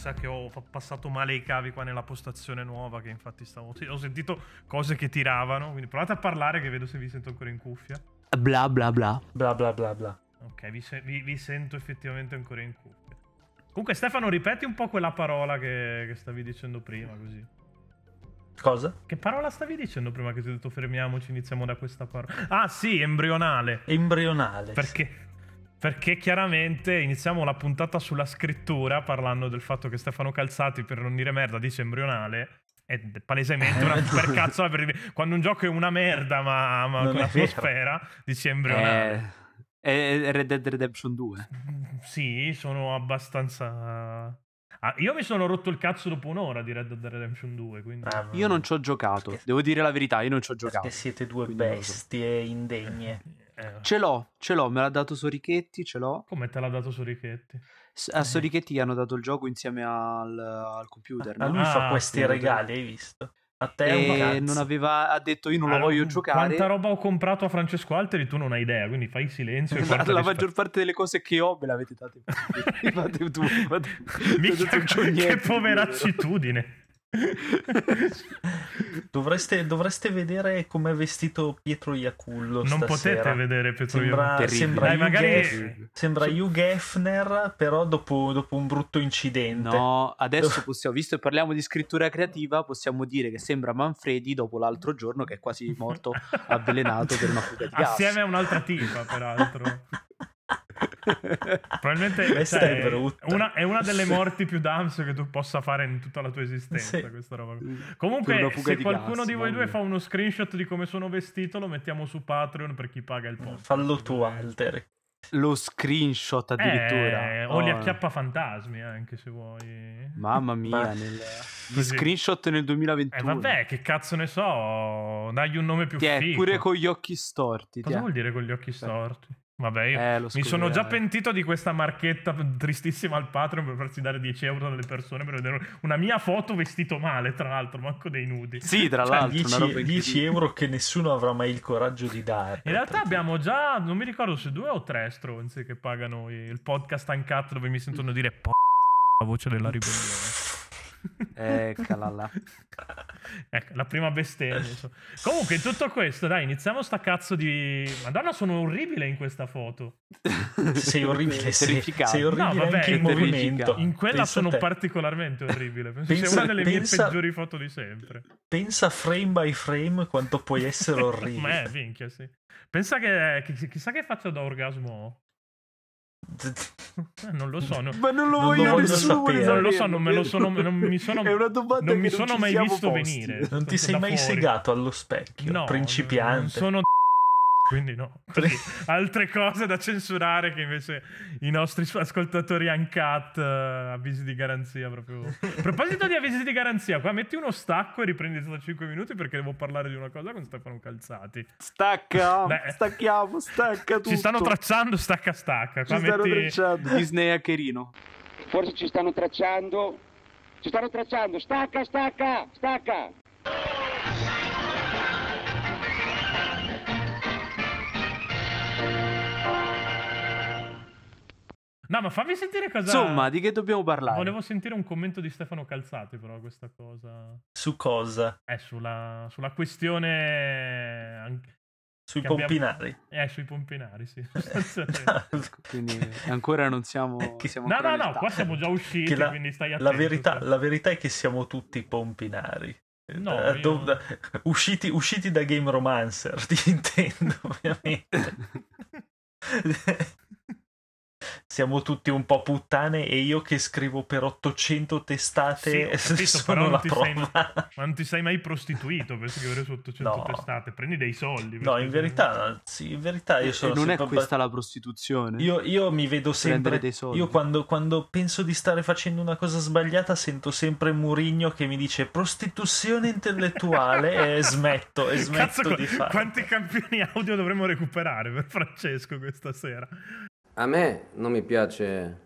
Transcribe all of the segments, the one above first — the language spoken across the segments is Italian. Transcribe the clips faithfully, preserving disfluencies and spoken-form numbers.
sa che ho fa- passato male i cavi qua nella postazione nuova, che infatti stavo... sì, ho sentito cose che tiravano, quindi provate a parlare che vedo se vi sento ancora in cuffia. Bla bla bla. Bla bla bla bla. Ok, vi, se- vi- vi sento effettivamente ancora in cuffia. Comunque Stefano, ripeti un po' quella parola che, che stavi dicendo prima, così. Cosa? Che parola stavi dicendo prima che ti ho detto fermiamoci, iniziamo da questa parola? Ah sì, embrionale. Embrionale. Perché... Perché chiaramente iniziamo la puntata sulla scrittura parlando del fatto che Stefano Calzati, per non dire merda, dice embrionale. È palesemente una supercazzola per dire, quando un gioco è una merda ma, ma Non con è l'atmosfera dici embrionale. È, è Red Dead Redemption due. Sì, sono abbastanza... Ah, io mi sono rotto il cazzo dopo un'ora di Red Dead Redemption due, quindi... Ah, Io non ci ho giocato, perché- devo dire la verità, io non ci ho giocato. Perché siete due quindi non lo so. bestie indegne. Eh, Ce l'ho, ce l'ho, me l'ha dato Sorichetti, ce l'ho. come te l'ha dato Sorichetti? S- A Sorichetti gli hanno dato il gioco insieme al, al computer, A no? lui fa Ah, questi sì. regali, hai visto? A te è un E cazzo. non aveva, ha detto io non lo Allora, voglio giocare. Quanta roba ho comprato a Francesco Alteri tu non hai idea, quindi fai silenzio e La, guarda la le maggior parte delle cose che ho me l'avete date voi. Fate tu, fate- Mica, non c'ho che niente, poveraccitudine. Dovreste, dovreste vedere com'è vestito Pietro Iacullo Non stasera. potete vedere Pietro Sembra, Iacullo. Terribile. sembra, Dai, Hugh magari- Gef- sembra Hugh Hefner, però dopo, dopo un brutto incidente. No, adesso possiamo, visto che parliamo di scrittura creativa, possiamo dire che sembra Manfredi dopo l'altro giorno che è quasi morto avvelenato per una fuga di gas. Assieme a un'altra tipa, peraltro. Probabilmente Questa cioè, è brutta. Una, è una delle morti più d'ansia che tu possa fare in tutta la tua esistenza, Sì. questa roba. Per una Comunque, fuga se di qualcuno gas, di voi mamma due mia. fa uno screenshot di come sono vestito, lo mettiamo su Patreon per chi paga il podcast. Fallo tu, Alter. Lo screenshot addirittura. Eh, o li Oh, acchiappa fantasmi, anche se vuoi. Mamma mia, Ma- nel... gli Così. screenshot nel Eh duemilaventuno. vabbè, che cazzo ne so, dagli un nome più Ti è figo. pure con gli occhi storti. Cosa ti è. vuol dire con gli occhi storti? Vabbè, io Eh, lo mi sono già scoprirai. pentito di questa marchetta tristissima al Patreon per farsi dare dieci euro dalle persone per vedere una mia foto vestito male, tra l'altro, manco dei nudi. Sì, tra Cioè, l'altro, una roba dieci, dieci incredibile. euro che nessuno avrà mai il coraggio di dare. In realtà abbiamo già, non mi ricordo se due o tre stronzi che pagano il podcast Uncut dove mi sentono dire po' la voce della ribellione. Eccola là. Ecco, la prima bestemmia. insomma. Comunque, in tutto questo, dai, iniziamo sta cazzo di... Madonna, sono orribile in questa foto. Sei orribile, sei, Terrificante. sei orribile No, vabbè, anche in è movimento. In quella Pensa sono te. particolarmente orribile. Penso Pensa- sia una delle pensa- mie peggiori foto di sempre. Pensa frame by frame quanto puoi essere Ma orribile. è, minchia, sì. Pensa che, che- chissà che faccia da orgasmo. Eh, non lo so. no- Ma non lo Non lo voglio voglio nessuno. sapere. Non lo so, non me lo sono- non mi sono- È una domanda non mi che sono ci mai siamo visto posti. venire. Non ti sei Da mai fuori. segato allo specchio, No, principiante. non sono quindi no. Così, altre cose da censurare che invece i nostri ascoltatori Uncut, eh, avvisi di garanzia proprio. A proposito di avvisi di garanzia, qua metti uno stacco e riprendi tra cinque minuti perché devo parlare di una cosa con Stefano Calzati. Stacca, Beh, stacchiamo, stacca tutto. Ci stanno tracciando, stacca stacca. Qua Ci stanno metti... tracciando. Disney a Cherino. Forse ci stanno tracciando. Ci stanno tracciando. Stacca, stacca, stacca. No, ma fammi sentire cosa... Insomma, di che dobbiamo parlare? Volevo sentire un commento di Stefano Calzati, però, questa cosa... Su cosa? È sulla, sulla questione... anche- Sui che abbiamo- pompinari. Eh, sui pompinari, sì. Quindi ancora non siamo... Che- siamo No, ancora no, nel no, qua tappo. siamo già usciti, Che la, quindi stai attento. la verità, cioè. la verità è che siamo tutti pompinari. No, Eh, io- do- da- usciti, usciti da Game Romancer di Nintendo, ovviamente. Siamo tutti un po' puttane e io che scrivo per ottocento testate Sì, ho capito, sono però la non ti, sei, prova. ma non ti sei mai prostituito per scrivere su ottocento No. testate. Prendi dei soldi. No, perché in se- verità, sì, in verità io E sono non è sempre questa la prostituzione? Io, io mi vedo Prendere sempre. dei soldi. Io quando, quando penso di stare facendo una cosa sbagliata, sento sempre Murigno che mi dice prostituzione intellettuale e smetto, e smetto Cazzo, di fare. quanti campioni audio dovremmo recuperare per Francesco questa sera? A me non mi piace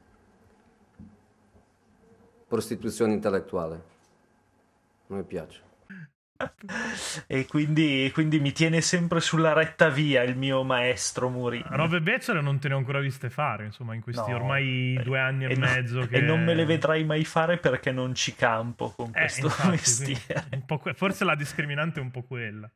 prostituzione intellettuale. Non mi piace. E quindi, quindi mi tiene sempre sulla retta via il mio maestro Mourinho. Robe becere non te ne ho ancora viste fare, insomma, in questi No, ormai eh, due anni e, e no- mezzo. Che... E non me le vedrai mai fare perché non ci campo con Eh, questo infatti, mestiere. quindi un po' que- forse la discriminante è un po' quella.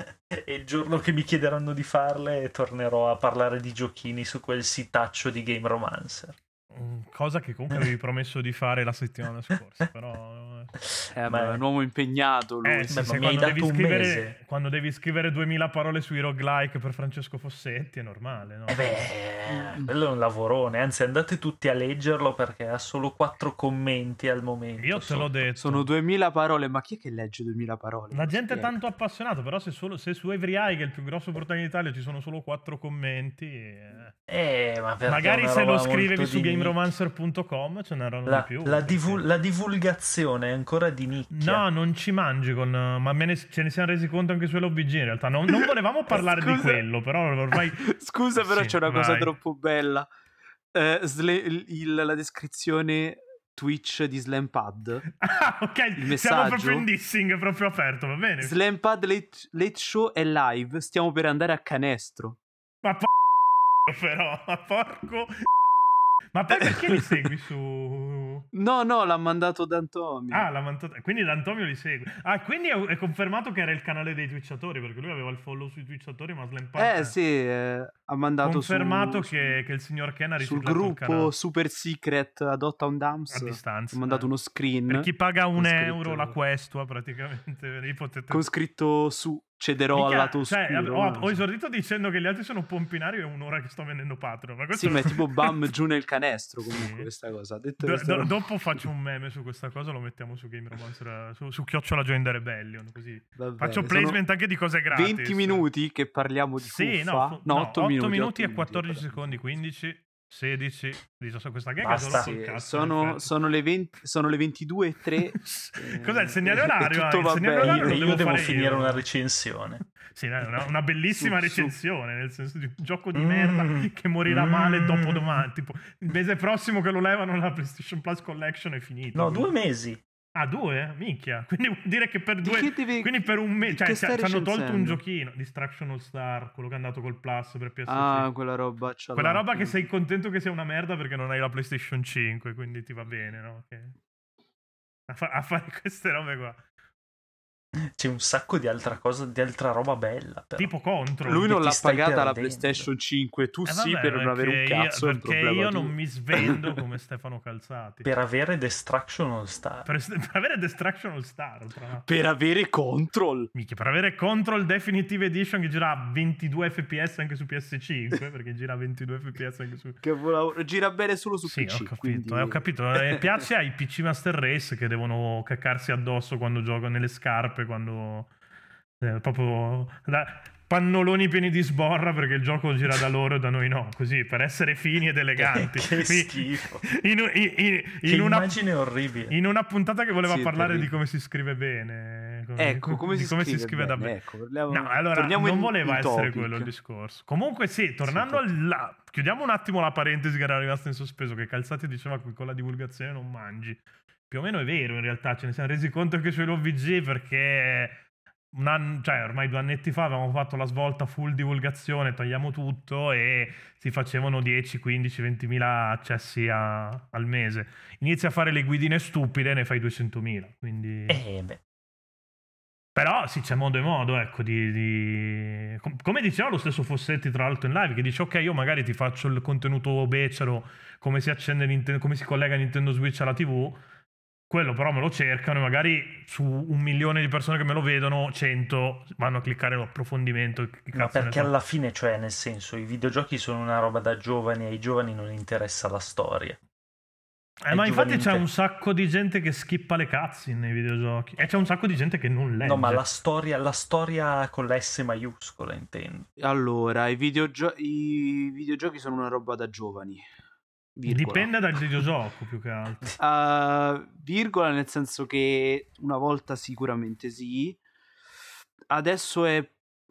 E il giorno che mi chiederanno di farle tornerò a parlare di giochini su quel sitaccio di Game Romancer. Mm, Cosa che comunque avevi promesso di fare la settimana scorsa, però... Eh, Ma- ma è un uomo impegnato lui. Eh, Beh, sì, ma se mi hai quando, dato devi un scrivere, mese. quando devi scrivere duemila parole sui roguelike per Francesco Fossetti è normale, no? E beh, quello è un lavorone, anzi andate tutti a leggerlo perché ha solo quattro commenti al momento. Io te l'ho sotto. detto. Sono duemila parole, ma chi è che legge duemila parole? La gente è Spiega. tanto appassionata, però se, solo, se su Every Eye, che è il più grosso portale in Italia, ci sono solo quattro commenti... eh, Eh, ma perché è magari una se lo roba scrivevi molto su di game nicchia. romancer punto com ce n'erano La, di più. la perché- divu- la divulgazione è ancora di nicchia. No, non ci mangi con... Ma me ne, ce ne siamo resi conto anche su L B G in realtà. Non, non volevamo parlare di Scusa. quello, però ormai... Scusa, però Sì, c'è una cosa vai. troppo bella. Eh, sle- il- il- la descrizione Twitch di Slampad. Ah, ok, siamo messaggio. proprio in dissing, proprio aperto, va bene. Slampad late, late Show è live. Stiamo per andare a canestro. Ma po- però, ma porco... Ma poi perché li segui su... No, no, l'ha mandato D'Antonio. Ah, l'ha mandato... Quindi l'Antonio li segue. Ah, quindi è, è confermato che era il canale dei twitchatori, perché lui aveva il follow sui twitchatori, ma Slampad... eh sì, eh, ha mandato Confermato su, che, che il signor Ken ha sul riciclato il gruppo canale Super Secret Adotta un Dams. a distanza. Ha mandato eh. uno screen. Per chi paga un con euro scritto- la questua, praticamente, lì potete... Con scritto su cederò Minchia, al lato cioè, oscuro. ho, non ho so. esordito dicendo che gli altri sono pompinari e è un'ora che sto vendendo Patreon. Ma questo Sì, ma è tipo bam giù nel canestro comunque Sì. questa cosa. Detto Do- questo, do- no. dopo faccio un meme su questa cosa, lo mettiamo su Game Romancer, su, su Chiocciola Join the Rebellion, così. Va Faccio bene, placement sono anche di cose gratis. venti minuti che parliamo di Sì, fuffa. no, fu- no, no, otto, otto minuti, minuti otto e quattordici minuti, secondi, quindici, sedici, diciotto. Questa gag è Basta. solo col Sì, cazzo, in sono, effetti. sono le venti, sono le ventidue e tre. Cos'è il segnale Eh, orario? tutto Ah, il va segnale bene. orario E lo io devo devo fare finire io. una recensione. Sì, no, una, una bellissima Su, su. recensione, nel senso di un gioco di Mm. merda che morirà Mm. male dopo domani. Tipo, il mese prossimo che lo levano la PlayStation Plus Collection è finito. No, due mesi. Ah, due? Minchia. Quindi vuol dire che per Di due... che deve- Quindi per un mese... di Cioè, che ci stai ci hanno tolto un recensendo? giochino. Distraction All Star, quello che è andato col Plus per P S cinque. Ah, quella roba. Quella roba che sei contento che sia una merda perché non hai la PlayStation cinque, quindi ti va bene, no? Che- A, fa- a fare queste robe qua. C'è un sacco di altra cosa, di altra roba bella. Però. Tipo Control. Lui non Ti l'ha stai pagata la perdendo. PlayStation cinque, tu Eh, sì, vabbè, per non avere un perché io- cazzo. è un perché problema io tuo. non mi svendo come Stefano Calzati. Per avere Destruction All Star. Per, per avere Destruction All Star, tra l'altro. Per avere Control. Minchia, per avere Control Definitive Edition che gira a ventidue F P S anche su P S cinque, perché gira a ventidue F P S anche su... Che vola- gira bene solo su Sì, P C. ho capito, quindi- eh, ho capito. Eh, piace ai P C Master Race che devono caccarsi addosso quando giocano nelle scarpe, quando... eh, proprio... da- pannoloni pieni di sborra perché il gioco gira da loro e da noi no, così, per essere fini ed eleganti. Che Quindi, schifo. In, in- in- Che in una... immagine orribile. In una puntata che voleva Sì, è parlare di terribile. come si scrive bene, come, Ecco, come, di si, come scrive si scrive bene, davvero. Ecco, parliamo- No, allora torniamo non in- voleva in essere topic. quello il discorso. Comunque sì, tornando Sì, alla... Chiudiamo un attimo la parentesi che era rimasta in sospeso, che Calzati diceva che con la divulgazione non mangi. Più o meno è vero in realtà, ce ne siamo resi conto anche sui V G perché... Un anno, cioè ormai due annetti fa avevamo fatto la svolta full divulgazione, togliamo tutto e si facevano dieci, quindici, ventimila accessi a- al mese. Inizi a fare le guidine stupide e ne fai duecentomila, quindi... Eh, beh. Però sì, c'è modo e modo, ecco, di... di- com- come diceva lo stesso Fossetti tra l'altro in live, che dice ok, io magari ti faccio il contenuto becero, come si accende Ninten- come si collega Nintendo Switch alla tivù, quello però me lo cercano e magari su un milione di persone che me lo vedono, cento vanno a cliccare l'approfondimento. Che Ma cazzo ne perché so. alla fine, cioè, nel senso, i videogiochi sono una roba da giovani, ai giovani non interessa la storia. Eh, ma ai infatti giovani c'è inte- un sacco di gente che skippa le cutscene nei videogiochi e c'è un sacco di gente che non legge. No, ma la storia, la storia con la S maiuscola, intendo. Allora, i, videogio- i videogiochi sono una roba da giovani. Virgola. Dipende dal videogioco più che altro. Uh, virgola nel senso che una volta sicuramente sì, adesso è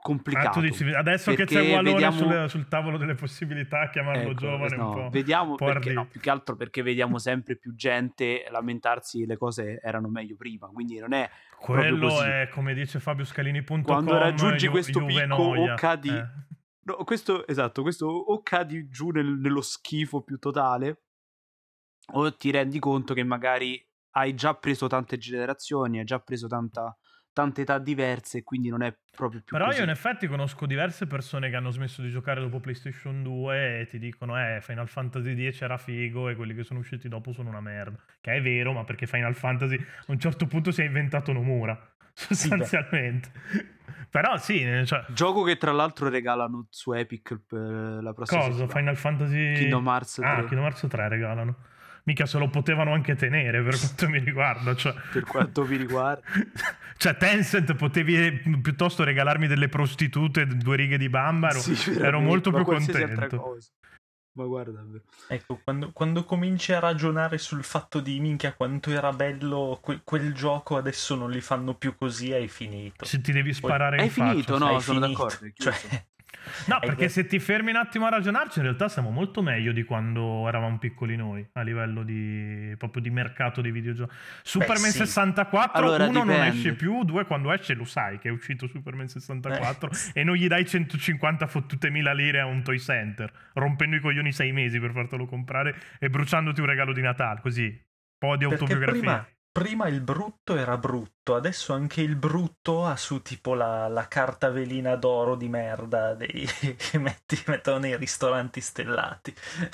complicato. Ah, tu dici, adesso che perché c'è Walone vediamo- sul, sul tavolo delle possibilità, chiamarlo Ecco, giovane no, un po'. vediamo un po' perché, no, ardito. più che altro perché vediamo sempre più gente lamentarsi le cose erano meglio prima, quindi non è proprio Quello così. è, come dice Fabio Scalini punto com, Quando raggiungi Ju- questo Juve picco noia. o cadi, Eh. no, questo, esatto, questo o cadi giù nel- nello schifo più totale o ti rendi conto che magari hai già preso tante generazioni, hai già preso tanta, tante età diverse e quindi non è proprio più Però così. io in effetti conosco diverse persone che hanno smesso di giocare dopo PlayStation due e ti dicono eh Final Fantasy dieci era figo e quelli che sono usciti dopo sono una merda. Che è vero, ma perché Final Fantasy a un certo punto si è inventato Nomura, sostanzialmente. Però sì, cioè, Gioco che tra l'altro regalano su Epic per la prossima cosa? settimana. Final Fantasy... Kingdom Hearts Ah, tre. Kingdom Hearts tre regalano. Mica se lo potevano anche tenere per quanto mi riguarda. Cioè... Per quanto mi riguarda. Cioè Tencent potevi piuttosto regalarmi delle prostitute e due righe di bambaro. Sì, ero veramente, molto ma più qualsiasi altra contento. cosa. Ma guarda, davvero. Ecco, quando, quando cominci a ragionare sul fatto di minchia quanto era bello que- quel gioco, adesso non li fanno più così, hai finito. Se ti devi sparare Hai in faccia. finito, no? Hai sono finito. d'accordo. è chiuso. Cioè, No, hai perché detto- se ti fermi un attimo a ragionarci, in realtà siamo molto meglio di quando eravamo piccoli noi, a livello di proprio di mercato di videogiochi. Superman sì. sessantaquattro, Allora, uno non dipende. esce più, due quando esce lo sai che è uscito Superman sessantaquattro Eh. e non gli dai centocinquanta fottute mila lire a un toy center, rompendo i coglioni sei mesi per fartelo comprare e bruciandoti un regalo di Natale, così. Un po' di Perché autobiografia. prima, prima il brutto era brutto, adesso anche il brutto ha su tipo la, la carta velina d'oro di merda dei, che metti, mettono nei ristoranti stellati.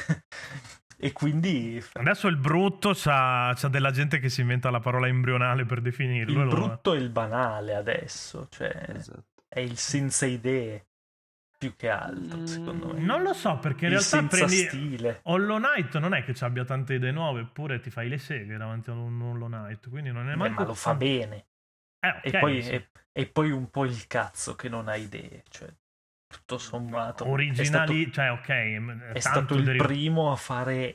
E quindi Adesso il brutto c'ha, c'ha della gente che si inventa la parola embrionale per definirlo. il e lo- brutto è il banale adesso, cioè Esatto. è il senza idee più che altro, Mm, secondo me. Non lo so, perché in Il realtà senza prendi stile. Hollow Knight non è che ci abbia tante idee nuove, eppure ti fai le seghe davanti a un Hollow Knight, quindi non è Eh, manco... ma lo fa bene. Eh, ok, E poi, sì. e, e poi un po' il cazzo che non ha idee, cioè tutto sommato Originali, è stato, cioè ok, è è tanto stato il deriv- primo a fare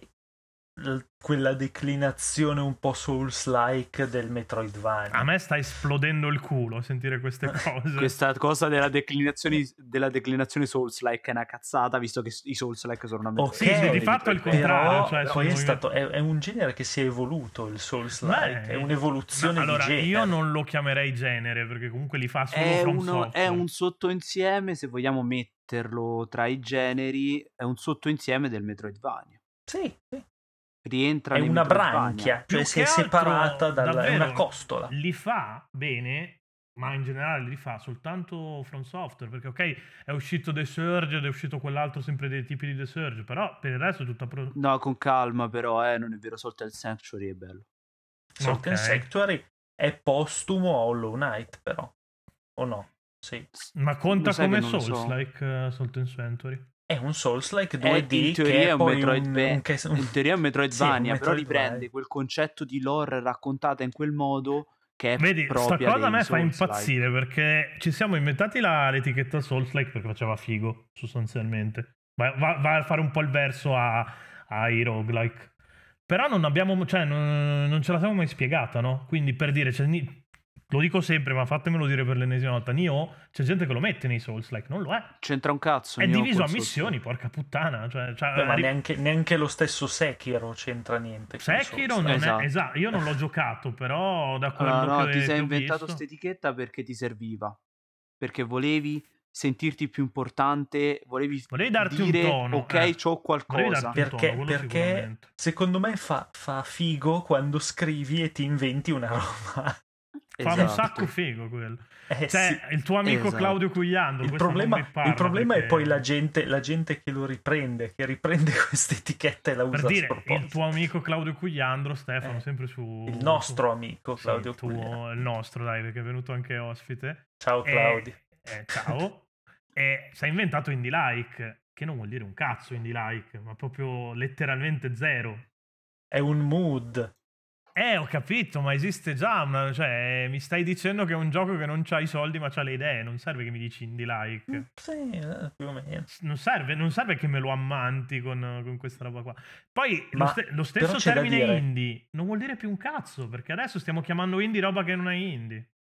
l- quella declinazione un po' Souls-like del Metroidvania. A me sta esplodendo il culo a sentire queste cose. Questa cosa della declinazione, della declinazione Souls-like è una cazzata, visto che i Souls-like sono una merda. Ok, Sì, sì, di fatto è il contrario, però cioè, poi è, sono- stato, è, è un genere che si è evoluto, il Souls-like, Beh, è un'evoluzione no, allora, di genere. io non lo chiamerei genere, perché comunque li fa solo È, From uno, Software. è un sottoinsieme, se vogliamo metterlo tra i generi, è un sottoinsieme del Metroidvania. Sì, sì. Rientra È nei una Metroidvania. branchia, Più cioè si è che altro, separata dalla... è davvero, una costola. Li fa bene, ma in generale li fa soltanto From Software, perché ok, è uscito The Surge ed è uscito quell'altro sempre dei tipi di The Surge, però per il resto è tutta... Pro... No, con calma però, eh, non è vero, Salt and Sanctuary è bello. Salt and Ok. Sanctuary è postumo a Hollow Knight, però. O no? Sì. Ma conta Lo sai come che non lo so. Souls, like uh, Salt and Sanctuary? È un Souls-like È, due D in teoria che è è un poi Metroidvania, un, un, che- un- in teoria è un Metroidvania, Sì, un però Metroidvania. riprende quel concetto di lore raccontata in quel modo che è Vedi, sta propria cosa a me dei fa Souls-like. impazzire, perché ci siamo inventati la- l'etichetta Souls-like perché faceva figo, sostanzialmente. Va, va- va a fare un po' il verso a, ai roguelike. Però non abbiamo, cioè, non, non ce la siamo mai spiegata, no? Quindi per dire, cioè, ni- lo dico sempre, ma fatemelo dire per l'ennesima volta, Nioh, c'è gente che lo mette nei Souls-like, non lo è. C'entra un cazzo. È Nioh diviso a col missioni, porca puttana. Cioè, cioè, Beh, ma arri- neanche, neanche lo stesso Sekiro c'entra niente. con Sekiro Souls. non Esatto. è esatto, io non l'ho giocato, però da quello Allora, no, che, ti sei che ho inventato visto... quest'etichetta perché ti serviva. Perché volevi sentirti più importante, volevi, Volevi darti un dire tono, ok, eh. c'ho Volevi qualcosa. darti un Perché, tono, quello perché sicuramente. secondo me fa, fa figo quando scrivi e ti inventi una roba. Fa un Esatto. sacco figo quello. Eh, Cioè, sì. il tuo amico Esatto. Claudio Cugliando. Il questo non problema, mi parla il problema perché- è poi la gente, la gente che lo riprende, che riprende questa etichetta e la Per usa a dire, sproposito. il tuo amico Claudio Cugliandro, Stefano, Eh, sempre su... Il nostro amico Sì, Claudio il tuo- Cugliano. il nostro, dai, perché è venuto anche ospite. Ciao E- Claudio. eh, ciao. E si è inventato Indie Like, che non vuol dire un cazzo Indie Like, ma proprio letteralmente zero. È un mood. Eh, ho capito, ma esiste già una... Cioè, mi stai dicendo che è un gioco che non c'ha i soldi ma c'ha le idee, non serve che mi dici Indie Like. Sì, eh, più o meno. Non serve, non serve che me lo ammanti con, con questa roba qua. Poi lo, Ma- ste- lo però stesso c'è da termine dire- indie non vuol dire più un cazzo, perché adesso stiamo chiamando indie roba che non è indie.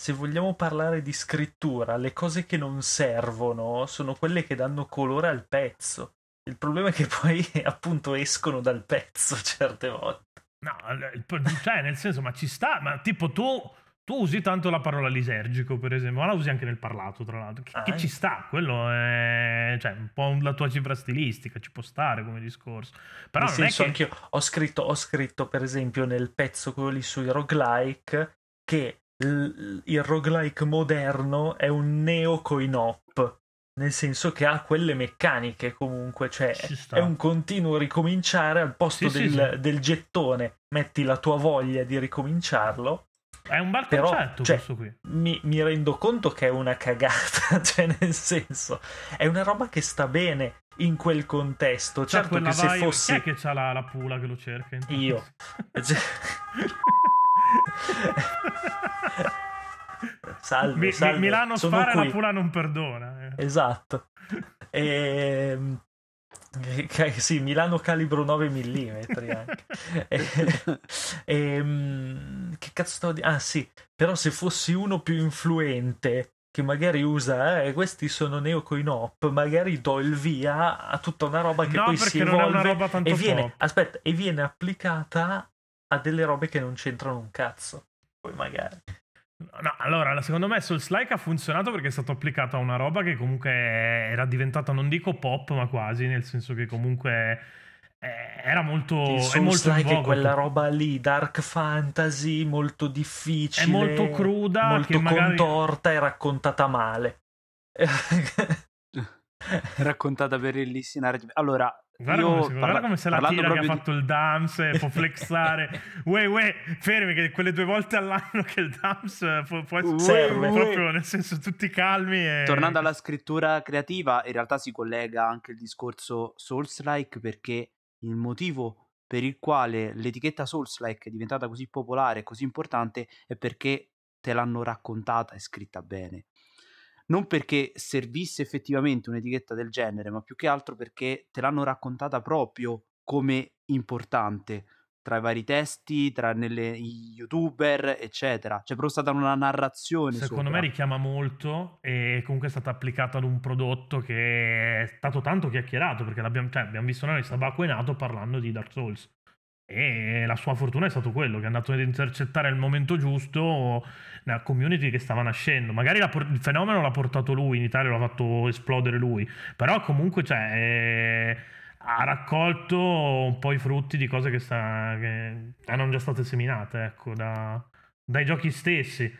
se vogliamo parlare di scrittura, le cose che non servono sono quelle che danno colore al pezzo. Il problema è che poi appunto escono dal pezzo certe volte. No, cioè nel senso, ma ci sta, ma tipo tu, tu usi tanto la parola lisergico, per esempio, ma la usi anche nel parlato, tra l'altro, che, Ah, che eh. ci sta, quello è cioè, un po' la tua cifra stilistica, ci può stare come discorso. Però Nel non senso, è che... anch'io ho scritto, ho scritto per esempio nel pezzo quello lì sui roguelike che il, il roguelike moderno è un neo coin-op, nel senso che ha quelle meccaniche comunque, cioè Ci sta. è un continuo ricominciare al posto Sì, sì, del, sì. del gettone, metti la tua voglia di ricominciarlo. È un bel Però, concetto cioè, questo qui. mi, mi rendo conto che è una cagata, cioè nel senso, è una roba che sta bene in quel contesto. C'ha Certo quella che se vibe- fossi Chi è che c'ha la, la pula che lo cerca? intanto? io. Cioè- Salve, Mi- mi- salve, Milano sono spara e qui. la pula non perdona. eh. Esatto. Ehm, che- sì, Milano calibro nove millimetri anche. E- ehm, che cazzo stavo di... Ah sì, però se fossi uno più influente che magari usa eh, questi sono neocoin-op, magari do il via a tutta una roba che No, poi perché si non è evolve una roba tanto e viene, top. aspetta, e viene applicata a delle robe che non c'entrano un cazzo. Poi magari. No, allora, secondo me Souls-like ha funzionato perché è stato applicato a una roba che comunque era diventata, non dico pop, ma quasi, nel senso che comunque eh, era molto, Il è molto in Souls-like è voga quella tutto. roba lì, dark fantasy, molto È difficile, molto cruda, molto che magari... contorta e raccontata male. Raccontata per il listener. Allora, Guarda io come, se, parla- guarda come se la parlando tira che ha proprio di- fatto il Dams e può flexare. Uè, uè, fermi che quelle due volte all'anno che il Dams eh, può, può essere Serve. proprio, nel senso, tutti calmi e... Tornando alla scrittura creativa, in realtà si collega anche il discorso Souls-like, perché il motivo per il quale l'etichetta Souls-like è diventata così popolare e così importante è perché te l'hanno raccontata e scritta bene. Non perché servisse effettivamente un'etichetta del genere, ma più che altro perché te l'hanno raccontata proprio come importante tra i vari testi, tra nelle, i youtuber, eccetera. C'è proprio stata una narrazione Secondo sopra. me richiama molto e comunque è stata applicata ad un prodotto che è stato tanto chiacchierato, perché l'abbiamo, cioè, abbiamo visto noi Sabacco è nato parlando di Dark Souls e la sua fortuna è stato quello, che è andato ad intercettare il momento giusto nella community che stava nascendo. Magari la por- il fenomeno l'ha portato lui, in Italia l'ha fatto esplodere lui, però comunque cioè, eh, ha raccolto un po' i frutti di cose che, sta, che erano già state seminate, ecco, da, dai giochi stessi,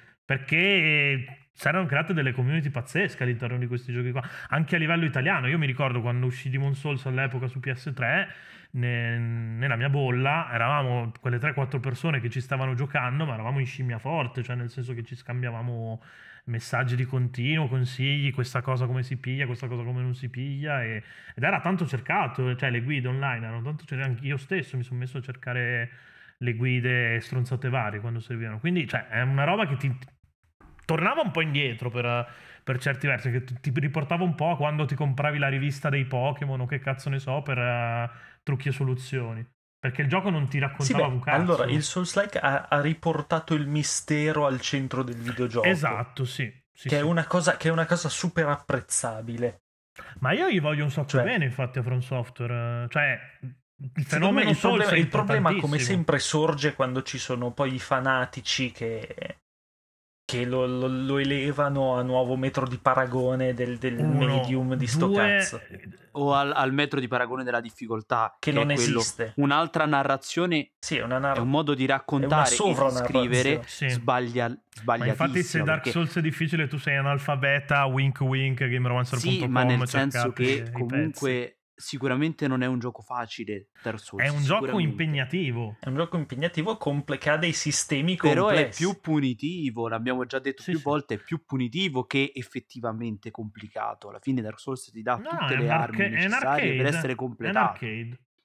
perché si erano create delle community pazzesche all'interno di questi giochi qua, anche a livello italiano. Io mi ricordo quando uscì Demon's Souls all'epoca su P S tre, ne- nella mia bolla eravamo quelle tre quattro persone che ci stavano giocando, ma eravamo in scimmia forte, cioè nel senso che ci scambiavamo messaggi di continuo, consigli, questa cosa come si piglia, questa cosa come non si piglia, e- ed era tanto cercato, cioè le guide online erano tanto cercate, anche io stesso mi sono messo a cercare le guide stronzate varie quando servivano, quindi cioè è una roba che ti tornava un po' indietro per, per certi versi, che ti ti riportava un po' a quando ti compravi la rivista dei Pokémon o che cazzo ne so per eh, trucchi e soluzioni, perché il gioco non ti Sì, raccontava beh, un cazzo. allora il Souls-like ha, ha riportato il mistero al centro del videogioco. Esatto, sì, sì, Che, sì. È una cosa, che è una cosa super apprezzabile. Ma io gli voglio un sacco Cioè- bene infatti a From Software, cioè il Secondo me fenomeno il Souls problema, è il problema, come importantissimo. sempre, sorge quando ci sono poi i fanatici che, che lo, lo- lo elevano a nuovo metro di paragone del, del Uno, medium di sto due, cazzo. O al, al metro di paragone della difficoltà, Che che, non è quello. esiste. Un'altra narrazione Sì, è una è narra- un modo di è una raccontare e di sovranarrazione. scrivere Sì. sbaglia, Ma sbagliatissimo. infatti se Dark perché- Souls è difficile tu sei analfabeta, wink wink, gameromancer punto com, Sì, ma nel senso cercate che i pezzi. comunque sicuramente non è un gioco facile Dark Souls. È un gioco sicuramente. impegnativo. È un gioco impegnativo comple- che ha dei sistemi Però è complessi. più punitivo, l'abbiamo già detto Sì, più sì. volte, è più punitivo che effettivamente complicato. Alla fine Dark Souls ti dà No, tutte è le un, armi arca- è un necessarie per arcade. essere È un completato. arcade.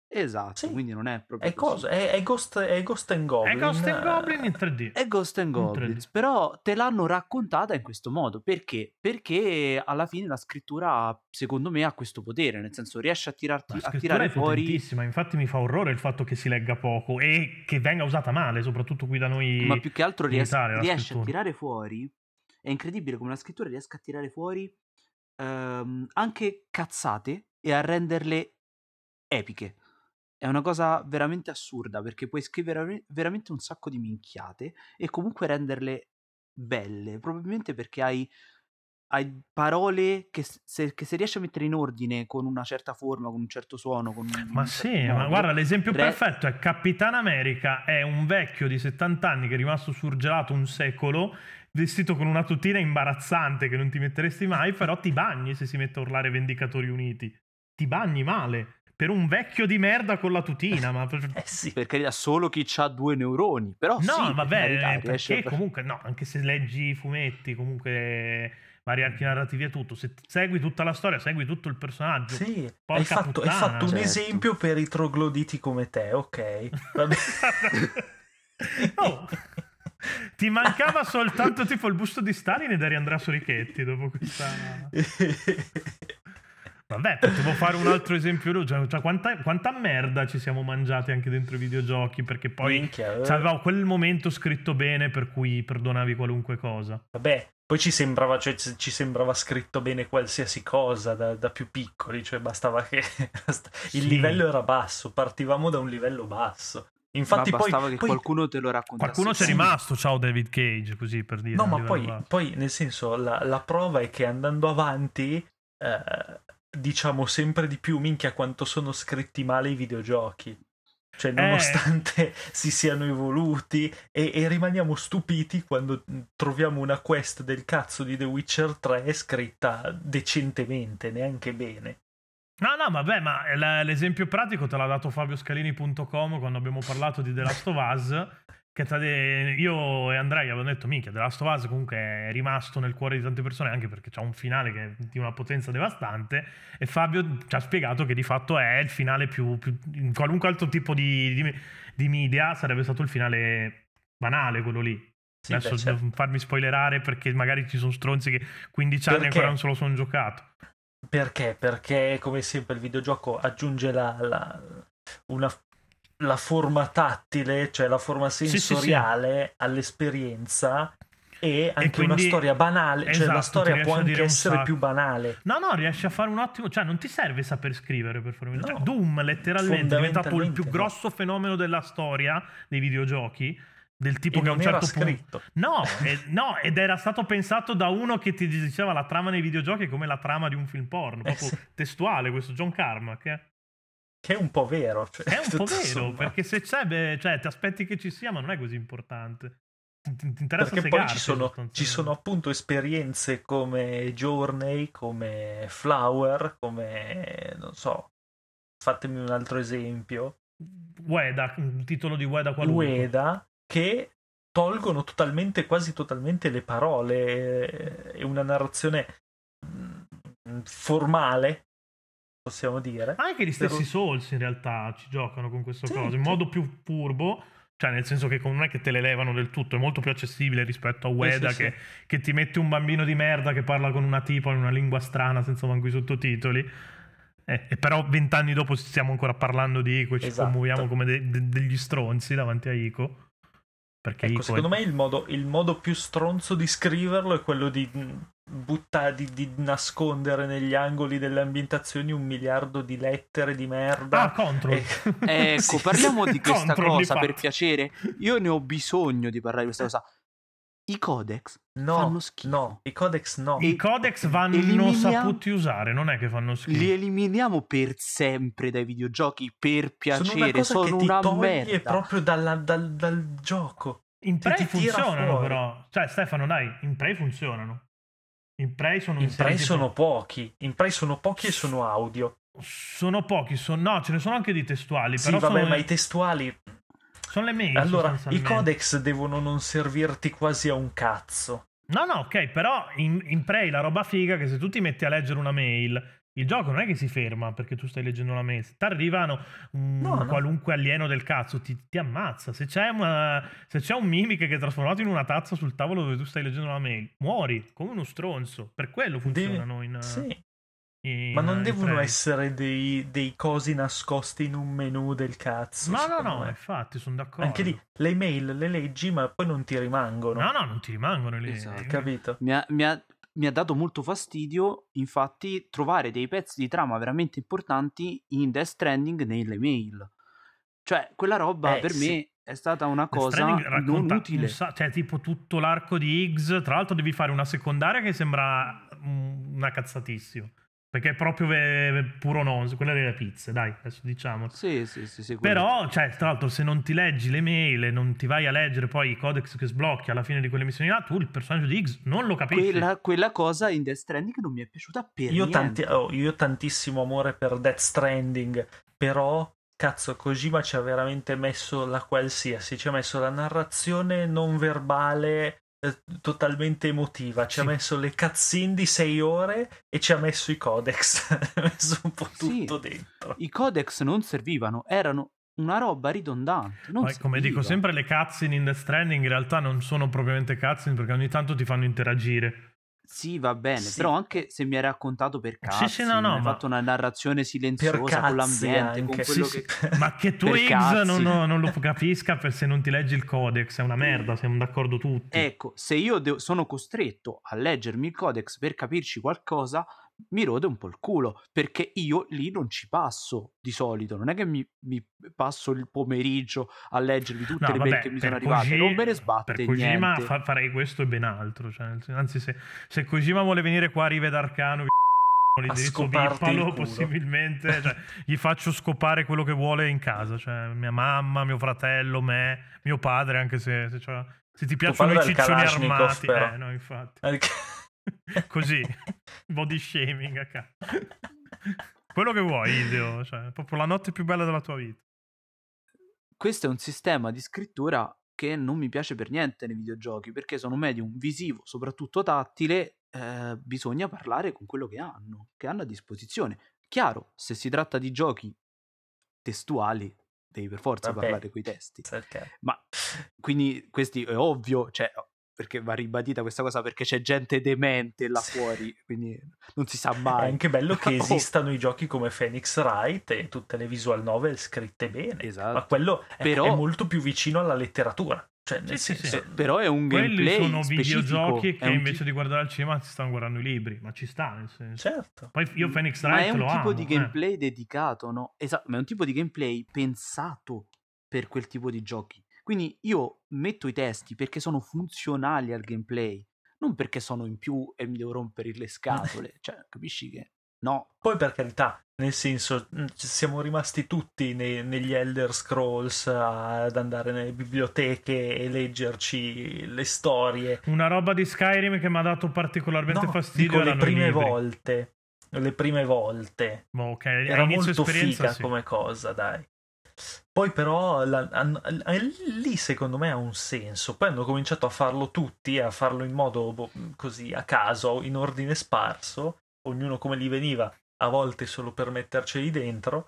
Esatto, Sì. quindi non è proprio È, così. cosa? È, è Ghost, è Ghost and Goblin. È Ghost and Goblin in tre D. È Ghost and In tre D. Goblins, però te l'hanno raccontata in questo modo. Perché? Perché alla fine la scrittura, secondo me, ha questo potere, nel senso riesce a tirarti La a scrittura tirare è fuori. potentissima, infatti mi fa orrore il fatto che si legga poco e che venga usata male, soprattutto qui da noi Ma più che altro in ries- Italia, la riesce a scrittura. tirare fuori. È incredibile come la scrittura riesca a tirare fuori ehm, anche cazzate e a renderle epiche. È una cosa veramente assurda perché puoi scrivere ver- veramente un sacco di minchiate e comunque renderle belle, probabilmente perché hai, hai parole che s- se, che se riesci a mettere in ordine con una certa forma, con un certo suono, con un, Ma un sì, certo ma modo, guarda, l'esempio re- perfetto è Capitan America, è un vecchio di settanta anni che è rimasto surgelato un secolo, vestito con una tutina imbarazzante che non ti metteresti mai, però ti bagni se si mette a urlare Vendicatori Uniti. Ti bagni male. Per un vecchio di merda con la tutina, ma... Eh sì. per carità solo chi ha due neuroni, però No, sì, per vabbè, carità, eh, riesce a perché far- comunque, no, anche se leggi i fumetti, comunque vari archi narrativi e tutto, se t- segui tutta la storia, segui tutto il personaggio. Sì, hai Porca fatto, hai puttana. fatto un Certo. esempio per i trogloditi come te, ok? Vabbè. Oh, ti mancava soltanto tipo il busto di Stalin ed eri Andrea Sorichetti dopo questa... Vabbè, potevo fare un altro esempio, cioè, cioè quanta, quanta merda ci siamo mangiati anche dentro i videogiochi, perché poi Minchia, eh. c'aveva quel momento scritto bene per cui perdonavi qualunque cosa. Vabbè, poi ci sembrava, cioè, ci ci sembrava scritto bene qualsiasi cosa da, da più piccoli, cioè bastava che il Sì. livello era basso, partivamo da un livello basso. Infatti ma poi, bastava che poi- qualcuno te lo raccontasse. Qualcuno c'è Sì. rimasto, ciao David Cage, così per dire. No, a ma livello poi, basso. poi, nel senso, la, la prova è che andando avanti, eh, diciamo sempre di più, minchia quanto sono scritti male i videogiochi. Cioè, nonostante si siano evoluti, e, e rimaniamo stupiti quando troviamo una quest del cazzo di The Witcher tre scritta decentemente, neanche bene. No, no, vabbè, ma l- l'esempio pratico te l'ha dato Fabio Scalini punto com quando abbiamo parlato di The Last of Us, che tra de- io e Andrea avevamo detto, minchia, The Last of Us comunque è rimasto nel cuore di tante persone, anche perché c'ha un finale che è di una potenza devastante, e Fabio ci ha spiegato che di fatto è il finale più... più in qualunque altro tipo di, di, di media sarebbe stato il finale banale, quello lì. Sì, Adesso beh, certo. devo farmi spoilerare perché magari ci sono stronzi che quindici anni Perché? ancora non se lo sono giocato. Perché? Perché, come sempre, il videogioco aggiunge la, la, una, la forma tattile, cioè la forma sì, sì. sensoriale all'esperienza, e anche quindi- una storia banale, cioè esatto, la ti storia riesce può a dire anche un essere sacco. più banale. No, no, riesci a fare un ottimo... Cioè, non ti serve saper scrivere per fare un No. cioè, Doom, letteralmente, è diventato il più Fondamentalmente, no. grosso fenomeno della storia dei videogiochi, del tipo E che a un non era certo punto... scritto. No, e- no, ed era stato pensato da uno che ti diceva la trama nei videogiochi è come la trama di un film porno, Eh, proprio sì. testuale, questo John Carmack, eh. Che è un po' vero. Cioè, È un po' tutto vero, sommato. perché se c'è, beh, cioè, ti aspetti che ci sia, ma non è così importante. Ti, ti- ti interessa Perché poi segarti, ci sono, ci sostanzialmente. sono appunto esperienze come Journey, come Flower, come, non so, fatemi un altro esempio, Ueda, un titolo di Ueda qualunque. Ueda, che tolgono totalmente, quasi totalmente le parole e una narrazione mm, formale, possiamo dire. Anche gli stessi Per- Souls in realtà ci giocano con questo Sì, coso, in sì. modo più furbo, cioè nel senso che non è che te le levano del tutto, è molto più accessibile rispetto a Ueda sì, che, sì. che ti mette un bambino di merda che parla con una tipa in una lingua strana senza manco i sottotitoli. Eh, e però vent'anni dopo stiamo ancora parlando di Ico e ci Esatto. commuoviamo come de- de- degli stronzi davanti a Ico. Perché Ecco, Ico secondo è... me il modo, il modo più stronzo di scriverlo è quello di buttare, di, di nascondere negli angoli delle ambientazioni un miliardo di lettere di merda. Ah, Control. E- Ecco, Sì. parliamo di questa Control, cosa di per fatto. piacere. Io ne ho bisogno di parlare di questa cosa. I codex No, fanno schifo. no, i codex no. I E- codex vanno eliminiamo- saputi usare, non è che fanno schifo. Li eliminiamo per sempre dai videogiochi per piacere. sono una cosa Sono che ti una toglie merda. proprio dalla- dal, dal gioco. In Ti- Prey ti tira funzionano fuori. però. Cioè, Stefano, dai, in Prey funzionano. In Prey sono In Prey inseriti sono pro- pochi, in Prey sono pochi e sono audio. Sono pochi, sono... no, ce ne sono anche di testuali, Sì, però vabbè, sono... ma i testuali. sono le mail. Allora, i sostanzialmente. codex devono non servirti quasi a un cazzo. No, no, ok, però in, in Prey la roba figa è che se tu ti metti a leggere una mail Il gioco non è che si ferma perché tu stai leggendo la mail. Se ti arrivano un No, no. qualunque alieno del cazzo, ti, ti ammazza. Se c'è, una, se c'è un mimic che è trasformato in una tazza sul tavolo dove tu stai leggendo la mail, muori come uno stronzo. Per quello funzionano in... Sì. in- Ma non in devono treni. essere dei, dei cosi nascosti in un menu del cazzo. No, no, secondo no, me. infatti, sono d'accordo. Anche lì le mail le leggi, ma poi non ti rimangono. No, no, non ti rimangono lì. Esatto. Capito? Mi ha, mi ha- mi ha dato molto fastidio, infatti, trovare dei pezzi di trama veramente importanti in Death Stranding nelle mail. Cioè, quella roba Eh, per sì. me è stata una Death cosa Stranding non racconta un utile. sa- cioè tipo tutto l'arco di Higgs. Tra l'altro devi fare una secondaria che sembra mm, una cazzatissima, perché è proprio ve- ve- puro nonsense, quella delle pizze, dai, adesso diciamo. Sì, sì, sì, sì, quello. Però, cioè, tra l'altro, se non ti leggi le mail e non ti vai a leggere poi i codex che sblocchi alla fine di quelle missioni là, tu il personaggio di Higgs non lo capisci. Quella, quella cosa in Death Stranding non mi è piaciuta per Io, niente. tanti- oh, io ho tantissimo amore per Death Stranding, però cazzo, Kojima ci ha veramente messo la qualsiasi, ci ha messo la narrazione non verbale eh, totalmente emotiva, ci Sì. ha messo le cutscene di sei ore e ci ha messo i codex, ha messo un po' Sì. tutto dentro. I codex non servivano, erano una roba ridondante. Non Poi, come dico serviva. sempre, le cutscene in Death Stranding in realtà non sono propriamente cutscene perché ogni tanto ti fanno interagire. Sì, va bene, Sì. però anche se mi hai raccontato per cazzi, Sì, sì, no, no, mi hai ma- fatto una narrazione silenziosa Per cazzi con l'ambiente, con anche. quello Sì, che... sì. Ma che tu Per Higgs cazzi. non, non lo capisca per se non ti leggi il codex è una merda, siamo d'accordo tutti. Ecco, se io de- sono costretto a leggermi il codex per capirci qualcosa, mi rode un po' il culo, perché io lì non ci passo di solito, non è che mi, mi passo il pomeriggio a leggermi tutte No, le vabbè, mail che mi sono per arrivate, Koji- non me ne sbatte per Kojima niente. fa- farei questo e ben altro, cioè, nel sen- anzi se, se Kojima vuole venire qua a Rive d'Arcano vi l'indirizzo scoparti il bippalo culo. possibilmente, cioè, gli faccio scopare quello che vuole in casa, cioè mia mamma, mio fratello, me, mio padre, anche se, se, c'ha- se ti piacciono i padre ha il ciccioni Kalashnikov, armati, però. eh no infatti. Anche- Così, body shaming a caso. Quello che vuoi, Ideo, cioè, proprio la notte più bella della tua vita. Questo è un sistema di scrittura che non mi piace per niente nei videogiochi, perché sono medium visivo, soprattutto tattile, eh, bisogna parlare con quello che hanno, che hanno a disposizione. Chiaro, se si tratta di giochi testuali, devi per forza Vabbè. parlare coi testi. Perché? Ma quindi questi è ovvio, cioè, perché va ribadita questa cosa, perché c'è gente demente là Sì. fuori, quindi non si sa È mai. anche bello che Oh, esistano i giochi come Phoenix Wright e tutte le visual novel scritte bene, Esatto. ma quello è, Però- è molto più vicino alla letteratura. Cioè, nel Sì, sì, senso, sì. Però è un Quelli gameplay sono specifico, videogiochi è che un invece ti- di guardare al cinema si stanno guardando i libri, ma ci sta nel senso. certo. Poi io Phoenix ma è Wright un lo tipo amo, di eh. gameplay dedicato, no? Esatto, ma è un tipo di gameplay pensato per quel tipo di giochi. Quindi io metto i testi perché sono funzionali al gameplay, non perché sono in più e mi devo rompere le scatole. Cioè, capisci che no. Poi per carità, nel senso, mh, ci siamo rimasti tutti nei- negli Elder Scrolls ad andare nelle biblioteche e leggerci le storie. Una roba di Skyrim che mi ha dato particolarmente No, fastidio dico le erano i prime libri. volte. Le prime volte. Boh, ok, Era a inizio molto esperienza figa sì. come cosa, dai. Poi però la- han- han- lì secondo me ha un senso. Poi hanno cominciato a farlo tutti, a farlo in modo boh, così a caso, in ordine sparso, ognuno come gli veniva, a volte solo per metterceli dentro,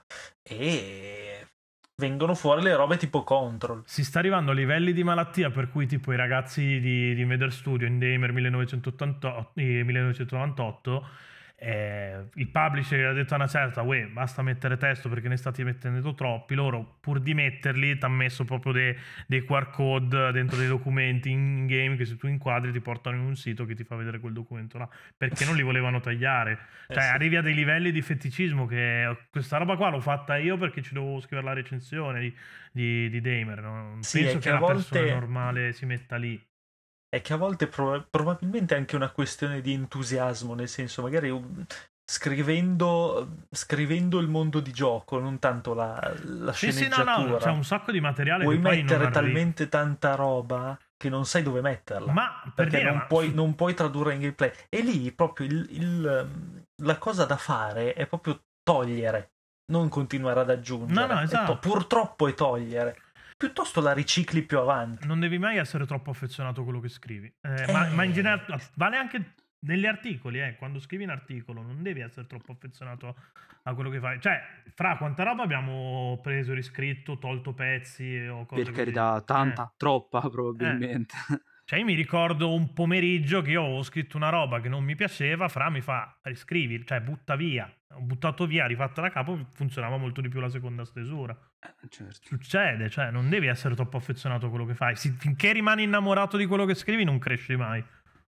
e vengono fuori le robe tipo Control. Si sta arrivando a livelli di malattia per cui tipo i ragazzi di, di Invader Studio, Indaimer millenovecentottantotto, eh, millenovecentonovantotto, eh, il publisher ha detto a una certa, uè, basta mettere testo perché ne state mettendo troppi, loro pur di metterli ti hanno messo proprio dei, dei Q R code dentro dei documenti in game che se tu inquadri ti portano in un sito che ti fa vedere quel documento là, perché non li volevano tagliare. Cioè Eh sì. arrivi a dei livelli di feticismo che questa roba qua l'ho fatta io perché ci dovevo scrivere la recensione di, di, di Damer, no? Non Sì, penso è che che una a volte- persona normale si metta lì. È che a volte proba- probabilmente è anche una questione di entusiasmo, nel senso magari um, scrivendo, scrivendo il mondo di gioco, non tanto la, la Sì, sì, no, sceneggiatura. no, c'è un sacco di materiale Puoi che poi non mettere arriva. talmente tanta roba che non sai dove metterla. Ma per perché dire, non, ma puoi, su- non puoi tradurre in gameplay. E lì proprio il- il, la cosa da fare è proprio togliere, non continuare ad aggiungere. No, no, È esatto. to- purtroppo è togliere. Piuttosto la ricicli più avanti. non devi mai essere troppo affezionato a quello che scrivi. Eh, Eh. Ma, ma in generale vale anche negli articoli, eh, quando scrivi un articolo non devi essere troppo affezionato a quello che fai. Cioè, fra quanta roba abbiamo preso, riscritto, tolto pezzi o cose Per così. carità, tanta, Eh. troppa probabilmente. Cioè, io mi ricordo un pomeriggio che io ho scritto una roba che non mi piaceva, Fra mi fa riscrivi, cioè butta via. Ho buttato via, rifatta da capo, funzionava molto di più la seconda stesura. Eh, certo. Succede, cioè non devi essere troppo affezionato a quello che fai. Si- finché rimani innamorato di quello che scrivi non cresci mai.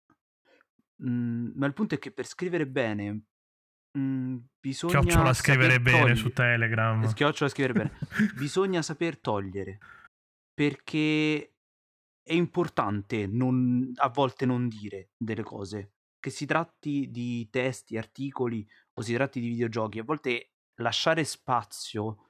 Mm, ma il punto è che per scrivere bene mm, bisogna Chiocciola scrivere saper bene togli- su Telegram. Eh, Chiocciola scrivere bene. Bisogna saper togliere, perché è importante non, a volte non dire delle cose, che si tratti di testi, articoli o si tratti di videogiochi. A volte lasciare spazio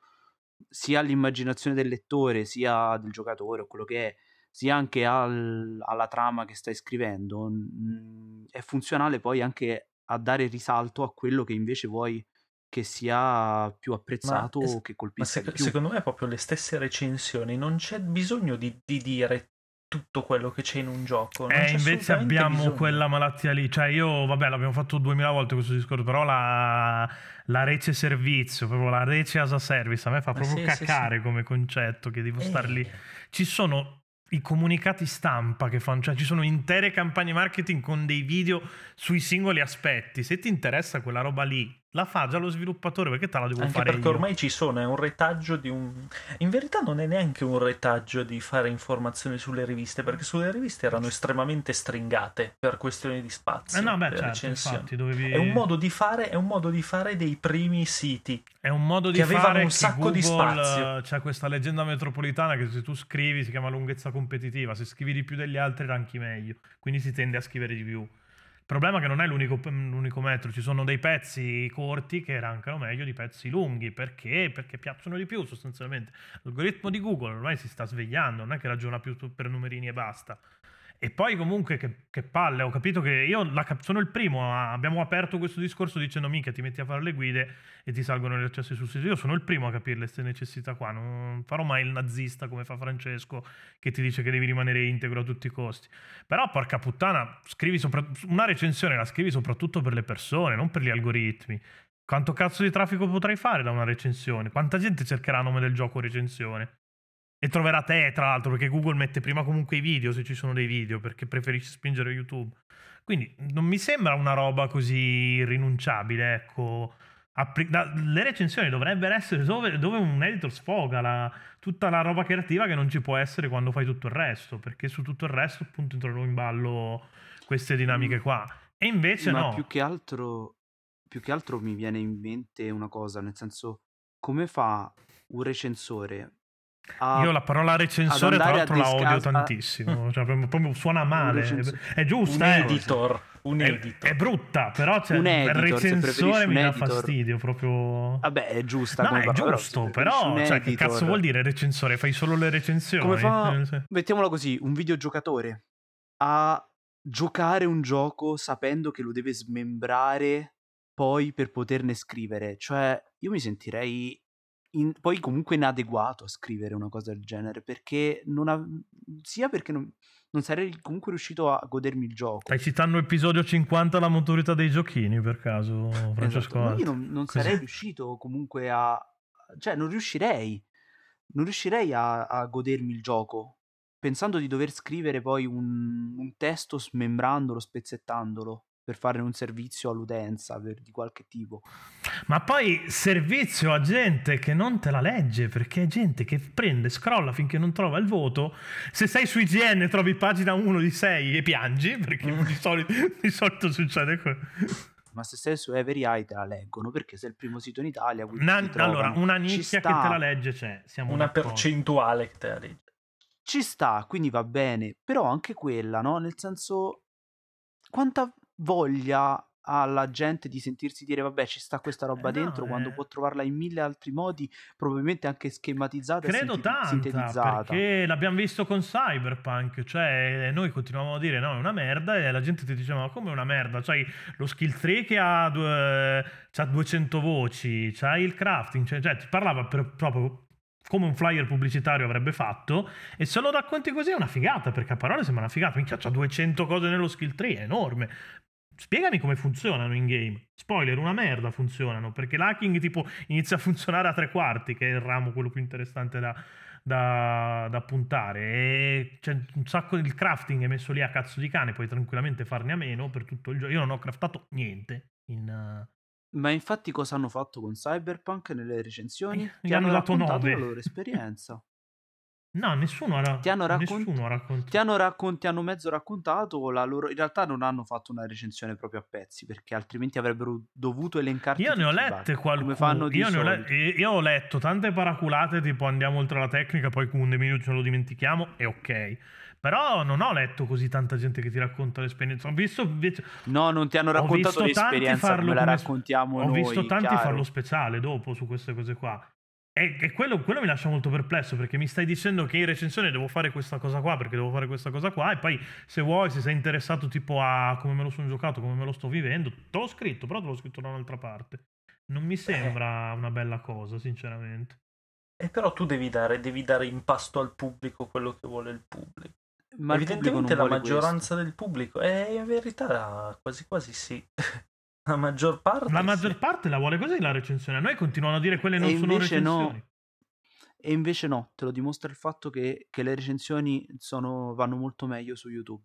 sia all'immaginazione del lettore, sia del giocatore o quello che è, sia anche al- alla trama che stai scrivendo, mm, è funzionale poi anche a dare risalto a quello che invece vuoi che sia più apprezzato es- o che Ma colpisca sec- di più. secondo me proprio le stesse recensioni, non c'è bisogno di, di dire tutto quello che c'è in un gioco. Non Eh, c'è invece assolutamente abbiamo bisogno. quella malattia lì. Cioè, io, vabbè, l'abbiamo fatto duemila volte questo discorso, però la, la rece servizio, proprio la rece as a service, a me fa Ma proprio sì, sì, caccare sì. come concetto, che devo star lì. Eh, Ci sono i comunicati stampa che fanno, cioè ci sono intere campagne marketing con dei video sui singoli aspetti. Se ti interessa quella roba lì, la fa già lo sviluppatore, perché te la devo Anche fare perché io? ormai ci sono, è un retaggio di un... In verità non è neanche un retaggio di fare informazioni sulle riviste, perché sulle riviste erano estremamente stringate per questioni di spazio. Eh no, beh, le certo, recensioni. infatti, dovevi... È un modo di fare, è un modo di fare dei primi siti. È un modo di che avevano fare un che sacco di Google, spazio. eh, c'è questa leggenda metropolitana che se tu scrivi si chiama lunghezza competitiva, se scrivi di più degli altri ranchi meglio, quindi si tende a scrivere di più. Il problema è che non è l'unico, l'unico metro, ci sono dei pezzi corti che rankano meglio di pezzi lunghi, perché? Perché piacciono di più sostanzialmente. L'algoritmo di Google ormai si sta svegliando, non è che ragiona più per numerini e basta. E poi comunque che, che palle, ho capito che io la cap- sono il primo, a- abbiamo aperto questo discorso dicendo mica ti metti a fare le guide e ti salgono gli accessi sul sito. Io sono il primo a capire queste necessità qua, non farò mai il nazista come fa Francesco che ti dice che devi rimanere integro a tutti i costi. Però porca puttana, scrivi sopra- una recensione la scrivi soprattutto per le persone, non per gli algoritmi. Quanto cazzo di traffico potrai fare da una recensione? Quanta gente cercherà nome del gioco recensione? E troverà te, tra l'altro, perché Google mette prima comunque i video, se ci sono dei video, perché preferisce spingere YouTube. Quindi non mi sembra una roba così irrinunciabile, ecco. Appli- da- le recensioni dovrebbero essere dove, dove un editor sfoga la- tutta la roba creativa che non ci può essere quando fai tutto il resto, perché su tutto il resto appunto entrano in ballo queste dinamiche qua. E invece Ma no. più che altro, più che altro mi viene in mente una cosa, nel senso, come fa un recensore a, Io la parola recensore ad tra andare l'altro a la desca- odio a- tantissimo, cioè proprio, proprio suona male, recenso- è, è giusta, Un eh. editor, un È, editor. è brutta, però cioè, Un il editor, se recensore preferisci mi un dà editor. fastidio proprio. Vabbè, è giusta No, come è parola, giusto, se però, preferisci un cioè, che editor- cazzo vuol dire recensore? Fai solo le recensioni? Come fa, Eh, sì. mettiamola così, un videogiocatore a giocare un gioco sapendo che lo deve smembrare poi per poterne scrivere? Cioè, io mi sentirei in- poi comunque inadeguato a scrivere una cosa del genere, perché non ha- sia perché non, non sarei comunque riuscito a godermi il gioco. Stai citando episodio cinquanta, la maturità dei giochini, per caso, Francesco? Esatto, ma io Alto? non, non Così. sarei riuscito comunque a... cioè non riuscirei, non riuscirei a, a godermi il gioco, pensando di dover scrivere poi un, un testo smembrandolo, spezzettandolo, per fare un servizio all'utenza per- di qualche tipo. Ma poi servizio a gente che non te la legge, perché è gente che prende, scrolla finché non trova il voto. Se sei su I G N trovi pagina uno di sei e piangi, perché di, solito, di solito succede quello. Ma se sei su Every Eye te la leggono, perché sei il primo sito in Italia. quindi Una- ti trovano. allora, una Ci nicchia sta. che te la legge c'è, siamo Una d'accordo. percentuale che te la legge. Ci sta, quindi va bene, però anche quella, no? Nel senso, quanta voglia ha la gente di sentirsi dire vabbè ci sta questa roba Eh no, dentro, quando eh. può trovarla in mille altri modi, probabilmente anche schematizzata e Credo sinteti- tanta, sintetizzata. perché l'abbiamo visto con Cyberpunk, cioè noi continuavamo a dire no, è una merda, e la gente ti diceva ma come una merda, c'hai lo skill tree che ha, due, c'ha duecento voci, c'hai il crafting, cioè, cioè ti parlava per, proprio come un flyer pubblicitario avrebbe fatto, e se lo racconti così è una figata, perché a parole sembra una figata, minchia c'ha duecento cose nello skill tree, è enorme. spiegami come funzionano in game. Spoiler, una merda funzionano, perché l'hacking tipo inizia a funzionare a tre quarti, che è il ramo quello più interessante da, da, da puntare, e c'è un sacco del crafting è messo lì a cazzo di cane, puoi tranquillamente farne a meno per tutto il gioco. Io non ho craftato niente in... uh, Ma infatti cosa hanno fatto con Cyberpunk nelle recensioni? Eh, Ti gli hanno hanno dato raccontato nove. la loro esperienza. No, nessuno ha, Ti hanno, raccont- nessuno ha raccontato. ti, hanno raccon- ti hanno mezzo raccontato la loro... In realtà non hanno fatto una recensione proprio a pezzi, perché altrimenti avrebbero dovuto elencarti Io ne ho tutti i lette bug, qualcuno. come fanno di Io, ne ho le- solito. io ho letto tante paraculate, tipo andiamo oltre la tecnica, poi con dei minuti ce lo dimentichiamo, e ok. Però non ho letto così tanta gente che ti racconta l'esperienza. Ho visto invece... No, non ti hanno Ho raccontato visto tanti l'esperienza farlo come la come- raccontiamo Ho noi, visto tanti chiaro. farlo speciale dopo su queste cose qua. E, e quello, quello mi lascia molto perplesso, perché mi stai dicendo che in recensione devo fare questa cosa qua perché devo fare questa cosa qua, e poi se vuoi, se sei interessato tipo a come me lo sono giocato, come me lo sto vivendo, te l'ho scritto, però te l'ho scritto da un'altra parte. Non mi sembra una bella cosa, sinceramente. E però tu devi dare, devi dare in pasto al pubblico quello che vuole il pubblico. Ma il pubblico Evidentemente non la vuole maggioranza del pubblico, è in verità quasi quasi sì. La maggior parte La sì. maggior parte la vuole così la recensione. A noi continuano a dire che quelle non E sono invece no. recensioni. E invece no, te lo dimostra il fatto che, che le recensioni sono, vanno molto meglio su YouTube.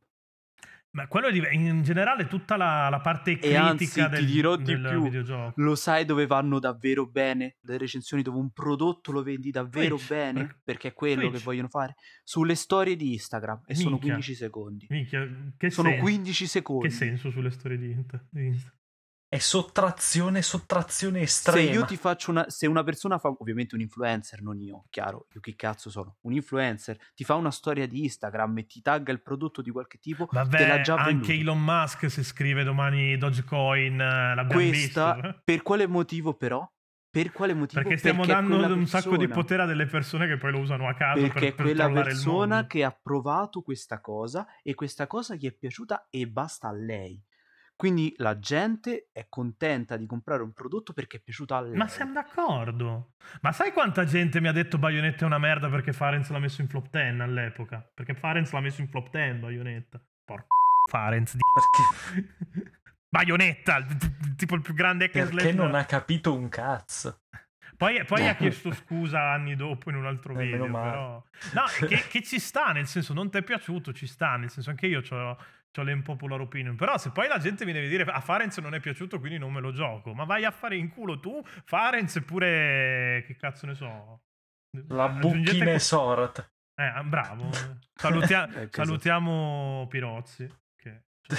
Ma quello è div- in generale tutta la, la parte E critica anzi, ti del, dirò di del più. videogioco. Lo sai dove vanno davvero bene le recensioni, dove un prodotto lo vendi davvero Twitch, bene, perché- perché è quello Twitch. che vogliono fare? Sulle storie di Instagram, e sono Minchia. quindici secondi. Minchia, che Sono senso? quindici secondi. Che senso sulle storie di Insta? di Insta? È sottrazione, sottrazione Se estrema. io ti faccio una, se una persona fa, ovviamente un influencer, non io, chiaro, io che cazzo sono, un influencer, ti fa una storia di Instagram e ti tagga il prodotto di qualche tipo, te l'ha Vabbè, già anche venduto. Elon Musk se scrive domani Dogecoin, eh, l'abbiamo Questa, visto. eh? per quale motivo però? Per quale motivo? Perché stiamo Perché dando quella un sacco di persona- potere a delle persone che poi lo usano a caso Perché per, è per quella trollare il persona mondo. che ha provato questa cosa e questa cosa gli è piaciuta e basta a lei. Quindi la gente è contenta di comprare un prodotto perché è piaciuta a lei. Ma siamo d'accordo. Ma sai quanta gente mi ha detto Bayonetta è una merda perché Farenz l'ha messo in flop dieci all'epoca? Perché Farenz l'ha messo in flop dieci Bayonetta. Porco Farenz di... Perché, Bayonetta, il- il- tipo il più grande hack and perché slash. non ha capito un cazzo. Poi, poi ha chiesto scusa anni dopo in un altro Eh, meno video, male. però... No, che, che ci sta, nel senso, non ti è piaciuto, ci sta, nel senso, anche io c'ho, c'ho le unpopular opinion, però se poi la gente mi deve dire a Farenz non è piaciuto, quindi non me lo gioco, ma vai a fare in culo tu, Farenz, eppure, che cazzo ne so... La Aggiungete buchine que- sort. Eh, bravo. Salutia- Ecco, salutiamo Pirozzi, che...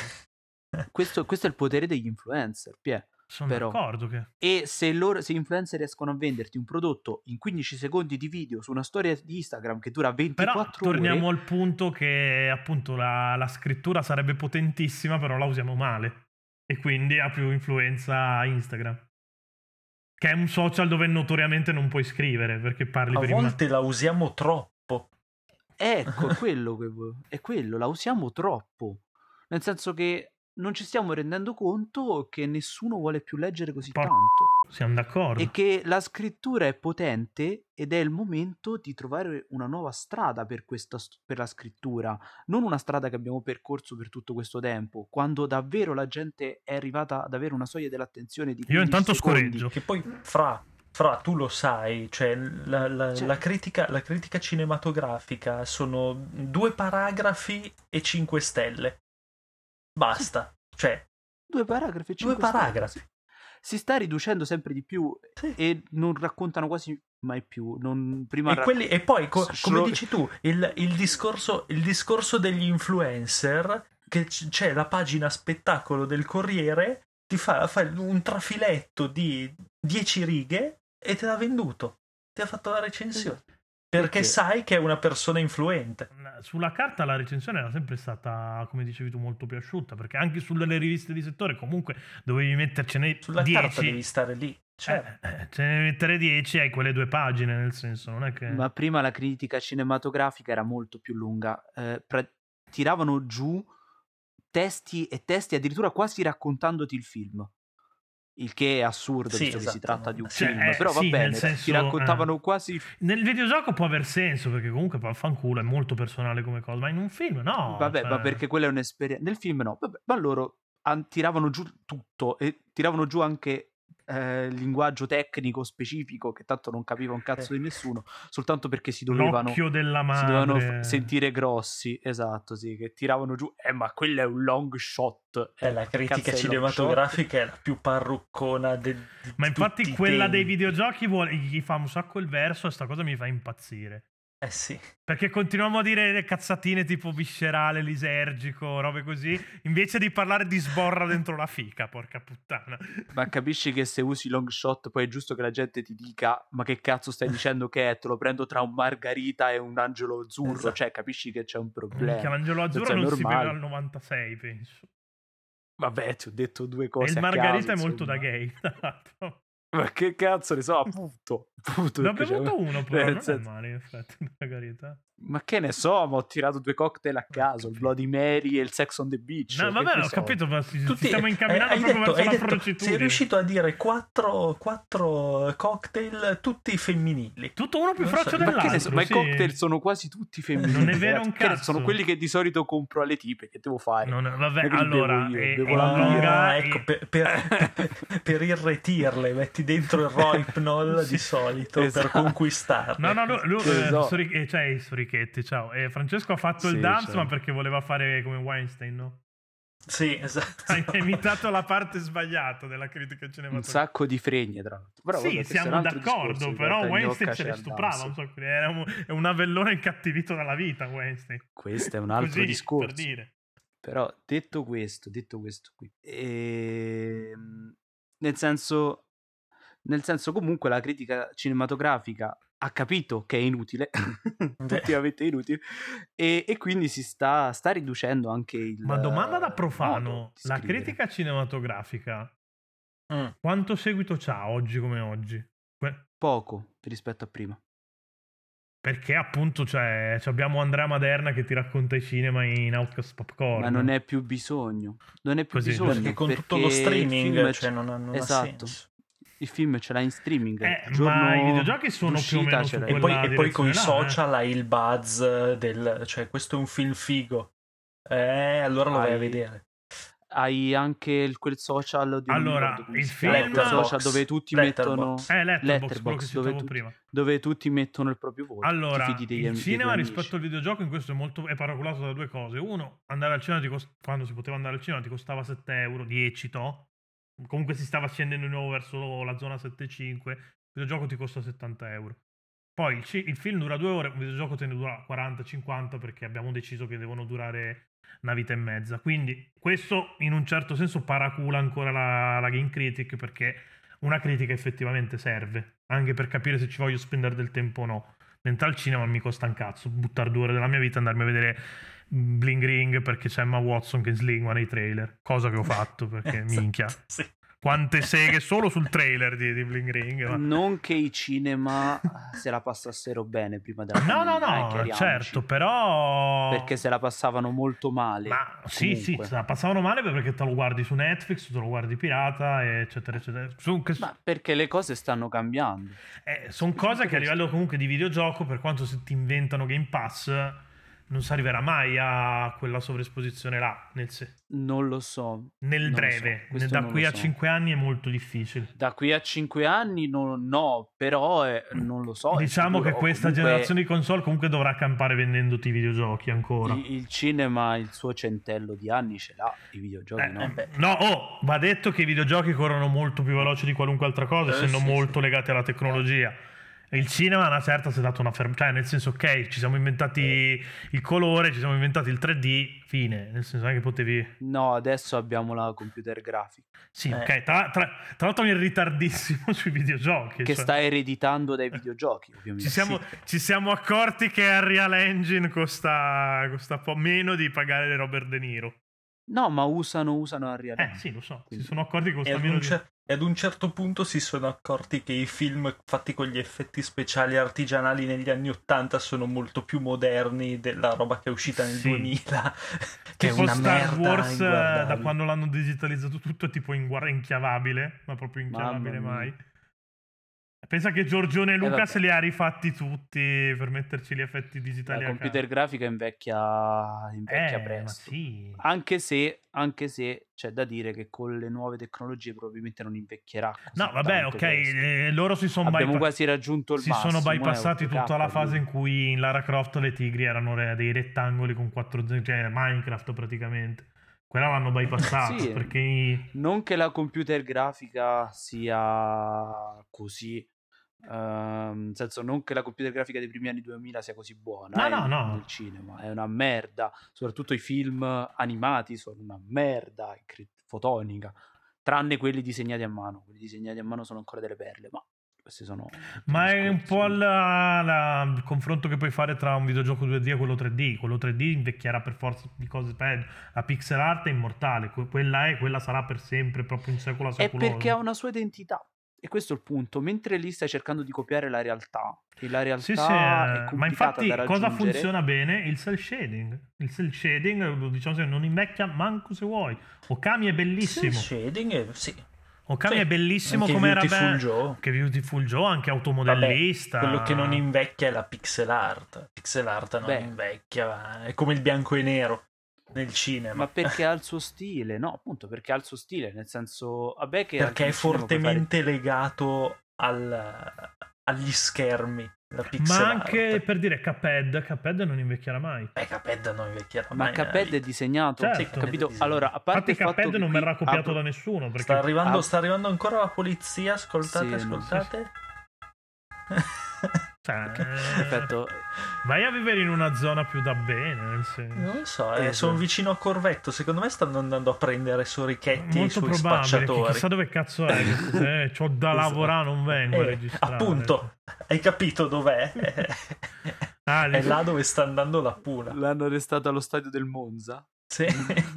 cioè, Questo, questo è il potere degli influencer, Pie. sono Però- d'accordo che... E se loro, se gli influencer riescono a venderti un prodotto in quindici secondi di video su una storia di Instagram che dura Però ventiquattro torniamo ore, al punto che appunto la, la scrittura sarebbe potentissima, però la usiamo male. E quindi ha più influenza Instagram. Che è un social dove notoriamente non puoi scrivere, perché parli A per immagini. volte la usiamo troppo. ecco, è quello che è quello, la usiamo troppo. Nel senso che non ci stiamo rendendo conto che nessuno vuole più leggere così Por- tanto. Siamo d'accordo. E che la scrittura è potente ed è il momento di trovare una nuova strada per, questa, per la scrittura, non una strada che abbiamo percorso per tutto questo tempo, quando davvero la gente è arrivata ad avere una soglia dell'attenzione di Io quindici intanto secondi. scorreggio. Che poi, fra, fra tu lo sai, cioè la, la- Cioè- la critica, la critica cinematografica sono due paragrafi e cinque stelle. Basta. Cioè, Due paragrafi e due cinque stelle. paragrafi. Si sta riducendo sempre di più Sì. e non raccontano quasi mai più. Non, prima E, ra- quelli- e poi, co- Shro- come dici tu, il, il discorso, il discorso degli influencer, che c- c'è la pagina spettacolo del Corriere, ti fa, fa un trafiletto di dieci righe e te l'ha venduto. Ti ha fatto la recensione. Perché, Perché? sai che è una persona influente. Sulla carta la recensione era sempre stata, come dicevi tu, molto più asciutta, perché anche sulle riviste di settore comunque dovevi mettercene Sulla carta dieci. devi stare lì. Cioè, Eh, eh, ce ne devi mettere dieci, hai quelle due pagine, nel senso, non è che... Ma prima la critica cinematografica era molto più lunga. Eh, pra- tiravano giù testi e testi addirittura quasi raccontandoti il film. Il che è assurdo, Sì, visto che si esatto. tratta di un Cioè, film. eh, Però va sì, nel bene, senso, ti raccontavano quasi... Nel videogioco può aver senso, perché comunque vaffanculo, è molto personale come cosa, ma in un film no. Vabbè, cioè- ma perché quella è un'esperienza... Nel film no, vabbè, ma loro an- tiravano giù tutto e tiravano giù anche eh, il linguaggio tecnico specifico che tanto non capiva un cazzo di nessuno, soltanto perché si dovevano, L'occhio della si dovevano madre. f- sentire grossi, esatto, sì, che tiravano giù, eh ma quello è un long shot. Eh, Eh, la che critica cazzo è il long cinematografica è la più parruccona de- di Ma infatti tutti i quella dei tempi. videogiochi vuole, gli fa un sacco il verso e sta cosa mi fa impazzire. Eh sì. Perché continuiamo a dire le cazzatine tipo viscerale, lisergico, robe così, invece di parlare di sborra dentro la fica, porca puttana. shot? Ma capisci che se usi long shot poi è giusto che la gente ti dica ma che cazzo stai dicendo che è? Te lo prendo tra un margarita e un angelo azzurro, Esatto. cioè capisci che c'è un Minchia, problema. l'angelo azzurro Questo è non si normale. beve al novantasei, penso. Vabbè, ti ho detto due E cose il a margarita caso, è molto insomma. da gay, tra l'altro. Ma che cazzo ne so, appunto. appunto Ne ho perché c'è- bevuto uno, però nel non è senso- male, in effetti, il margarita. Ma che ne so, ma ho tirato due cocktail a caso, il capito. Bloody Mary e il Sex on the Beach. No, che vabbè, ne ho so. capito, ma ci, ci Tutti- stiamo eh, incamminando hai proprio detto- verso hai la detto- frocitudine. sei riuscito a dire quattro, quattro cocktail tutti femminili. Tutto uno più Non so, froccio ma Ma, che dell'altro, ne so, ma i sì. cocktail sono quasi tutti femminili. Non è vero un ragazzi. Che ne so, cazzo. Sono quelli che di solito compro alle tipe, che devo fare? Non- vabbè, Non è che li allora, bevo io, e- bevo e la la birra. longa- Ah, ecco, per, per, per irretirle metti dentro il Rohypnol Sì. di solito Esatto. per conquistarle. No, no, lui, lui Che eh, so. Stori- eh, cioè i Storichetti, ciao. E Francesco ha fatto il Sì, dance, ciao. ma perché voleva fare come Weinstein, no? Sì, esatto. Hai imitato la parte sbagliata della critica Un cinematografica. sacco di fregne, tra l'altro. Però, Sì, vabbè, questo è siamo un altro d'accordo, discorso, però riguarda Weinstein gnocca, ce le c'è il stuprava, dance. non so, era un, è un avellone incattivito dalla vita, Weinstein. Questo è un altro Così, discorso. per dire. Però detto questo, detto questo qui, ehm, nel senso, nel senso comunque la critica cinematografica ha capito che è inutile, effettivamente inutile, e, e quindi si sta, sta riducendo anche il Ma domanda da modo profano, di la scrivere. critica cinematografica Mm. quanto seguito c'ha oggi come oggi? Que- Poco rispetto a prima. Perché appunto cioè, cioè, abbiamo Andrea Maderna che ti racconta i cinema in Outcast Popcorn. Ma non è più bisogno, non è più Così, bisogno Perché con tutto lo perché il streaming film cioè, c- non, ha- non esatto. ha senso. il film ce l'ha in streaming. Eh, il giorno ma i videogiochi sono più o d'uscita meno ce su l'hai. E quella poi, e poi con i direzione là, eh. social hai il buzz del cioè questo è un film figo. Eh, allora lo vai a Hai- vedere. Hai anche il- quel social oddio, non mi Allora, ricordo come il si chiama, film- quel social Letterboxd. dove tutti Letterboxd. mettono Eh, Letterboxd, quello che Letterboxd, citavo dove, tu- prima. dove tutti mettono il proprio voto. Allora, ti fidi degli, il am- dei cinema tuoi rispetto amici. al videogioco in questo è molto è paracolato da due cose. Uno, andare al cinema ti cost- quando si poteva andare al cinema ti costava sette euro, dieci to. Comunque si stava scendendo di nuovo verso la zona sette virgola cinque. Il videogioco ti costa settanta euro. Poi il, ci- il film dura due ore, il videogioco te ne dura quaranta cinquanta perché abbiamo deciso che devono durare una vita e mezza. Quindi questo in un certo senso paracula ancora la, la Game Critic perché una critica effettivamente serve anche per capire se ci voglio spendere del tempo o no. Mentre al cinema mi costa un cazzo buttare due ore della mia vita e andarmi a vedere Bling Ring perché c'è Emma Watson che slingua nei trailer, cosa che ho fatto perché minchia Sì. quante seghe solo sul trailer di, di Bling Ring, ma- Non che i cinema se la passassero bene prima della no no pandemia, eh, no chiariamoci. certo, però Perché se la passavano molto male. ma sì sì comunque. se la passavano male perché te lo guardi su Netflix, te lo guardi pirata eccetera eccetera. Su, che- Ma perché le cose stanno cambiando. Eh, sono cose che a livello comunque di videogioco, per quanto se ti inventano Game Pass, non si arriverà mai a quella sovraesposizione là. Nel, se- Non lo so. nel Non lo breve, so, questo da non qui lo a so. cinque anni è molto difficile. Da qui a cinque anni no, no però eh, non lo so. è Diciamo sicuro. che questa Comunque generazione di console comunque dovrà campare vendendoti i videogiochi ancora. il, il cinema il suo centello di anni ce l'ha, i videogiochi Eh, no. eh beh. no, oh, va detto che i videogiochi corrono molto più veloci di qualunque altra cosa, Eh, essendo sì, molto sì. legati alla tecnologia. Il cinema a una certa si è dato una fermata, cioè nel senso ok, ci siamo inventati il colore, ci siamo inventati il tre D, fine, nel senso non è che potevi... No, adesso abbiamo la computer graphic Sì, Eh. ok, tra, tra, tra l'altro mi è ritardissimo sui videogiochi. che cioè, sta ereditando dai videogiochi, ovviamente. ci, siamo, ci siamo accorti che Unreal Engine costa, costa un po' meno di pagare Robert De Niro. No, ma usano usano Unreal Eh Engine. sì, lo so, si Quindi- sono accorti che E costa ad, meno un di... cer- e ad un certo punto si sono accorti che i film fatti con gli effetti speciali artigianali negli anni ottanta sono molto più moderni della roba che è uscita nel Sì. duemila, che è Tipo una Star merda Wars, eh, da inguardabile. quando l'hanno digitalizzato tutto, è tipo inguar- inchiavabile, ma proprio inchiavabile Mamma mai. Pensa che Giorgione Lucas vabbè. li ha rifatti tutti per metterci gli effetti digitali La a computer caso. grafica invecchia, invecchia Eh, ma presto. sì. Anche se, anche se c'è da dire che con le nuove tecnologie probabilmente non invecchierà così No, vabbè, tanto ok, presto. eh, loro si sono Abbiamo bypa- quasi raggiunto il si massimo. sono eh, bypassati otto K, tutta la fase quindi- in cui in Lara Croft le tigri erano re- dei rettangoli con quattro z, cioè Minecraft praticamente. Quella l'hanno bypassata Sì, perché i- non che la computer grafica sia così, ehm, nel senso non che la computer grafica dei primi anni duemila sia così buona No, eh, no, no. nel cinema, è una merda, soprattutto i film animati sono una merda incre- fotonica, tranne quelli disegnati a mano, quelli disegnati a mano sono ancora delle perle, ma questi sono altri Ma è un discorsi. po' la- la- il confronto che puoi fare tra un videogioco due D e quello tre D. Quello tre D invecchierà per forza di cose peggio. La pixel art è immortale, que- quella è, quella sarà per sempre, proprio in secolo a È secolo. perché ha una sua identità. E questo è il punto. Mentre lì stai cercando di copiare la realtà, e la realtà Sì, sì, è eh, complicata ma infatti da cosa raggiungere. funziona bene? Il cel shading. Il cel shading, lo diciamo sempre, non invecchia manco se vuoi. Okami è bellissimo. Cel shading, eh, sì. Okami Sì, è bellissimo anche come era Beautiful be- Joe. Che Beautiful Joe, anche Vabbè, automodellista. quello che non invecchia è la pixel art. Pixel art non Beh. invecchia, è come il bianco e nero nel cinema. Ma perché ha il suo stile? No, appunto perché ha il suo stile, nel senso, vabbè che Perché è anche nel cinema puoi fare- fortemente legato al- agli schermi. La pixel Ma anche art. per dire Cuphead, Cuphead non invecchierà mai. Beh, Cuphead non invecchierà Ma mai nella Cuphead è vita. disegnato, Certo. capito? Cuphead è Allora, a parte Infatti il fatto Cuphead che non qui verrà copiato apro- da nessuno. Perché Sta arrivando, Ah. sta arrivando ancora la polizia. Ascoltate, Sì, non- ascoltate. Cioè, eh, Perfetto. vai a vivere in una zona più da bene, nel senso. Non lo so, eh, Esatto. sono vicino a Corvetto. Secondo me stanno andando a prendere sorichetti Molto sui probabile, che spacciatori. chissà dove cazzo è. Eh, c'ho da Esatto. lavorare, non vengo a Eh, registrare. appunto, hai capito dov'è? Ah, È lì- là dove sta andando la pula. L'hanno arrestato allo stadio del Monza. Sì.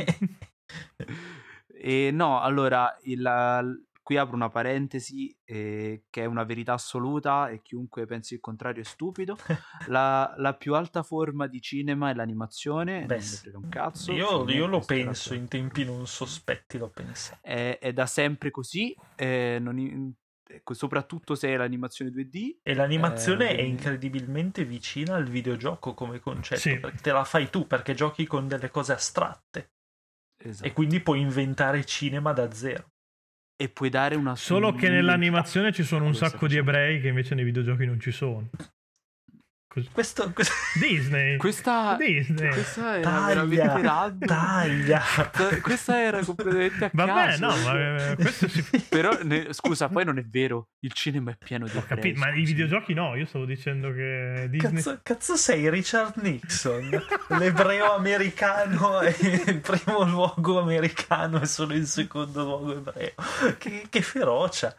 E no, allora, il- qui apro una parentesi eh, che è una verità assoluta e chiunque pensi il contrario è stupido. La, la più alta forma di cinema è l'animazione, Beh, non mi frega un cazzo. io, per me io lo questa è la penso, tua- in tempi non sospetti lo penso. È, è da sempre così, eh, non in- ecco, soprattutto se è l'animazione due D. E l'animazione Eh, è incredibilmente vicina al videogioco come concetto, Sì. perché te la fai tu, perché giochi con delle cose astratte Esatto. e quindi puoi inventare cinema da zero. E puoi dare una Solo che nell'animazione ci sono un Quello sacco stai di facendo. ebrei che invece nei videogiochi non ci sono. Cos- Questo, questo... Disney. Questa, Disney. questa era veramente Taglia, random. taglia. Questa era completamente a Vabbè, caso. no, ma eh, questo si Però, ne- scusa, poi non è vero. Il cinema è pieno di Ho ebrei, capito, ma i scusi. videogiochi no, io stavo dicendo che Disney... Cazzo, cazzo sei Richard Nixon, l'ebreo americano è in primo luogo americano e solo in secondo luogo ebreo. Che, che ferocia.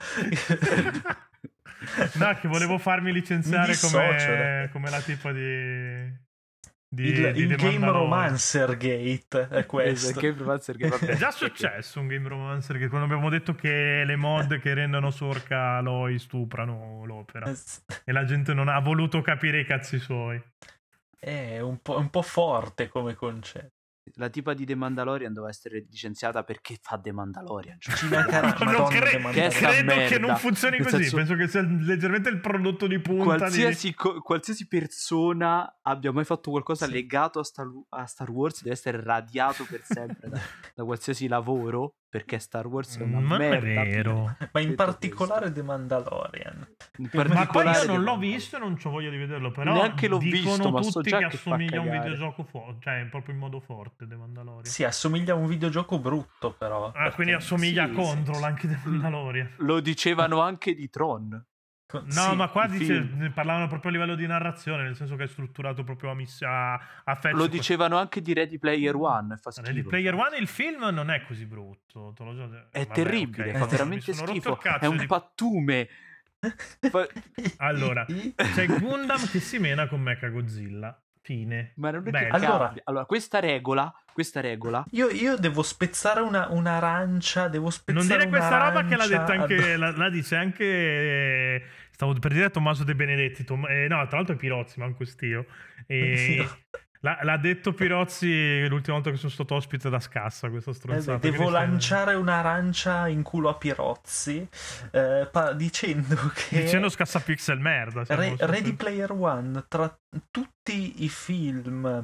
No, che volevo farmi licenziare Mi dissocio come, da- come la tipa di... di Il, di il The Game Mandalorian. Romancer Gate è questo. Esatto, Game Romancer che vabbè. È già successo un Game Romancer che quando abbiamo detto che le mod che rendono sorca Aloy stuprano l'opera e la gente non ha voluto capire i cazzi suoi. È un po', un po' forte come concetto. La tipa di The Mandalorian doveva essere licenziata perché fa The Mandalorian. cioè. Ci mancherà, Non Madonna, cre- che Che mandare- sta credo merda. che non funzioni Nel così. senso- Penso che sia leggermente il prodotto di punta Qualsiasi, co- qualsiasi persona abbia mai fatto qualcosa Sì. legato a Star, a Star Wars deve essere radiato per sempre da, da qualsiasi lavoro, perché Star Wars è di... una Ma non è merda. vero. Ma in Detto particolare The Mandalorian. In Ma Ma poi particolare io The non l'ho Mandalorian. visto e non c'ho voglia di vederlo. Però Neanche l'ho dicono visto, ma so tutti già che che fa assomiglia a un cagare. videogioco forte, cioè proprio in modo forte The Mandalorian. Sì, assomiglia a un videogioco brutto, però. Ah, perché- quindi assomiglia sì, a Control sì. anche The Mandalorian. Lo dicevano anche di Tron. con- No, sì, ma qua il dice, film. ne parlavano proprio a livello di narrazione, nel senso che è strutturato proprio a, miss- a, a fetch. Lo dicevano anche di Ready Player One. Fa schifo. Ready Player One il film non è così brutto. te l'ho già detto. È Vabbè, terribile, ok. fa Mi veramente sono rotto schifo. il cazzo È un di- pattume. Fa- Allora, c'è Gundam che si mena con Mechagodzilla. Fine. Ma non è Beh, che allora- cambia. Allora, questa regola, questa regola Io, io devo spezzare una, un'arancia, devo spezzare non dire questa roba che l'ha un'arancia detta anche, ad- la, la dice anche, eh, stavo per dire Tommaso De Benedetti, Tom- eh, no, tra l'altro è Pirozzi, manco stio. E, L'ha, l'ha detto Pirozzi l'ultima volta che sono stato ospite da Scassa, questa Eh stronzata. beh, devo quindi stai- lanciare un'arancia in culo a Pirozzi eh, pa- dicendo che Dicendo Scassa Pixel merda. siamo Re- sempre- Ready Player One, tra tutti i film,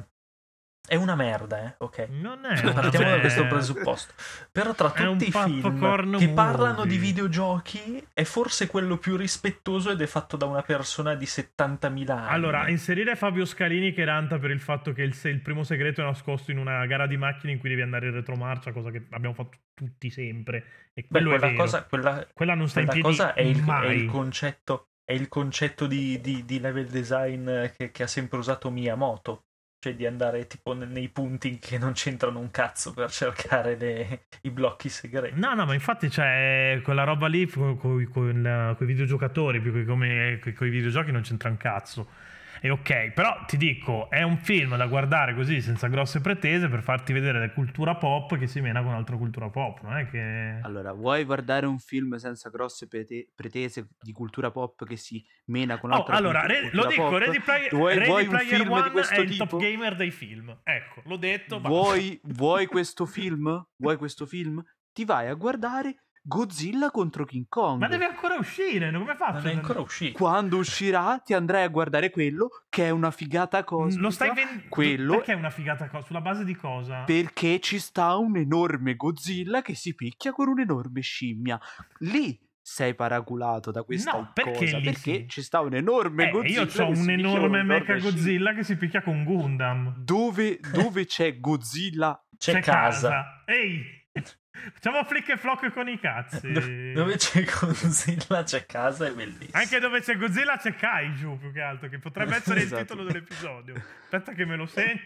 è una merda, eh? Ok. Non è una Partiamo da merda. questo presupposto. Però tra È un tutti i popcorn film che parlano movie. di videogiochi è forse quello più rispettoso ed è fatto da una persona di settantamila anni. Allora, inserire Fabio Scalini che ranta per il fatto che il, se- il primo segreto è nascosto in una gara di macchine in cui devi andare in retromarcia, cosa che abbiamo fatto tutti sempre. E Beh, quello è quella vero. cosa, quella, Quella non sta in quella piedi cosa è il, è mai. il concetto, è il concetto di, di- di level design che, che ha sempre usato Miyamoto. Cioè di andare tipo ne- nei punti che non c'entrano un cazzo per cercare le- i blocchi segreti. No, no, ma infatti c'è quella roba lì con, con, i videogiocatori, più che come con i videogiochi non c'entra un cazzo. E ok, però ti dico, è un film da guardare così senza grosse pretese per farti vedere la cultura pop che si mena con altra cultura pop, non è che... Allora, vuoi guardare un film senza grosse prete- pretese di cultura pop che si mena con Oh, altra allora, cultura, Re- lo cultura dico, pop? Ready, Play- Vuoi, Ready vuoi un Player film di One questo è il tipo? top gamer dei film. Ecco, l'ho detto. basta. Vuoi, vuoi questo film? Vuoi questo film? Ti vai a guardare Godzilla contro King Kong. Ma deve ancora uscire, come faccio? Non è ancora uscito. Quando uscirà ti andrai a guardare quello che è una figata cosmica. Lo stai vendendo? Quello Perché è una figata cosa? Sulla base di cosa? perché ci sta un enorme Godzilla che si picchia con un'enorme scimmia. Lì sei paraculato da questa No, perché cosa lì perché sì? ci sta un enorme Eh, Godzilla. io che ho si un picchia con enorme un'enorme mecha scimmia. Godzilla che si picchia con Gundam. Dove, dove c'è Godzilla? C'è, casa. Ehi! Facciamo flick e flock con i cazzi. Do- Dove c'è Godzilla c'è casa, è bellissimo. Anche dove c'è Godzilla c'è Kaiju, più che altro, che potrebbe essere Esatto. il titolo dell'episodio. Aspetta che me lo segno.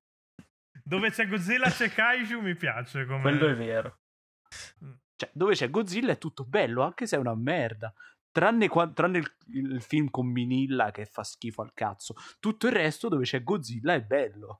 Dove c'è Godzilla c'è Kaiju, mi piace. Come... Quello è vero. Cioè, dove c'è Godzilla è tutto bello, anche se è una merda. Tranne, qua- tranne il, il film con Minilla che fa schifo al cazzo. Tutto il resto dove c'è Godzilla è bello.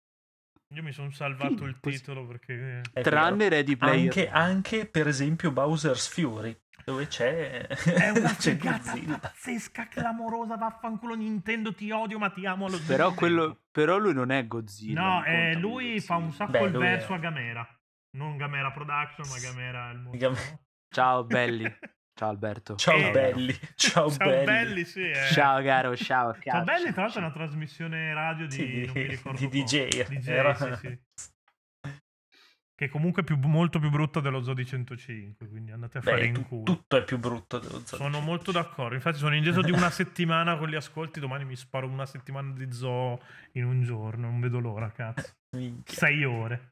Io mi sono salvato Sì, il pos- titolo perché... È Tranne vero. Ready Player. Anche, anche per esempio Bowser's Fury, dove c'è, È una c'è figata Godzilla. pazzesca, clamorosa, vaffanculo Nintendo, ti odio ma ti amo allo stesso Però, tempo. quello, però lui non è Godzilla. No, non eh, conta lui come fa un Godzilla. sacco Beh, il lui verso è- a Gamera. Non Gamera Production, ma Gamera il mostro. Gam- Ciao belli. Ciao Alberto. Ciao Eh, belli, ciao, Ciao belli. belli, sì. Eh. Ciao caro, ciao. Ciao caro, belli, ciao, tra l'altro è ciao. una trasmissione radio di, Sì, di- non mi ricordo di D J, cosa. D J, era- sì, sì. Che comunque è più, molto più brutta dello Zoo di centocinque, quindi andate a fare Beh, in tu- culo. tutto è più brutto dello Zoo. Sono molto d'accordo. Infatti, sono indietro di una settimana con gli ascolti. Domani mi sparo una settimana di zoo in un giorno. Non vedo l'ora, cazzo. Minchia. Sei ore.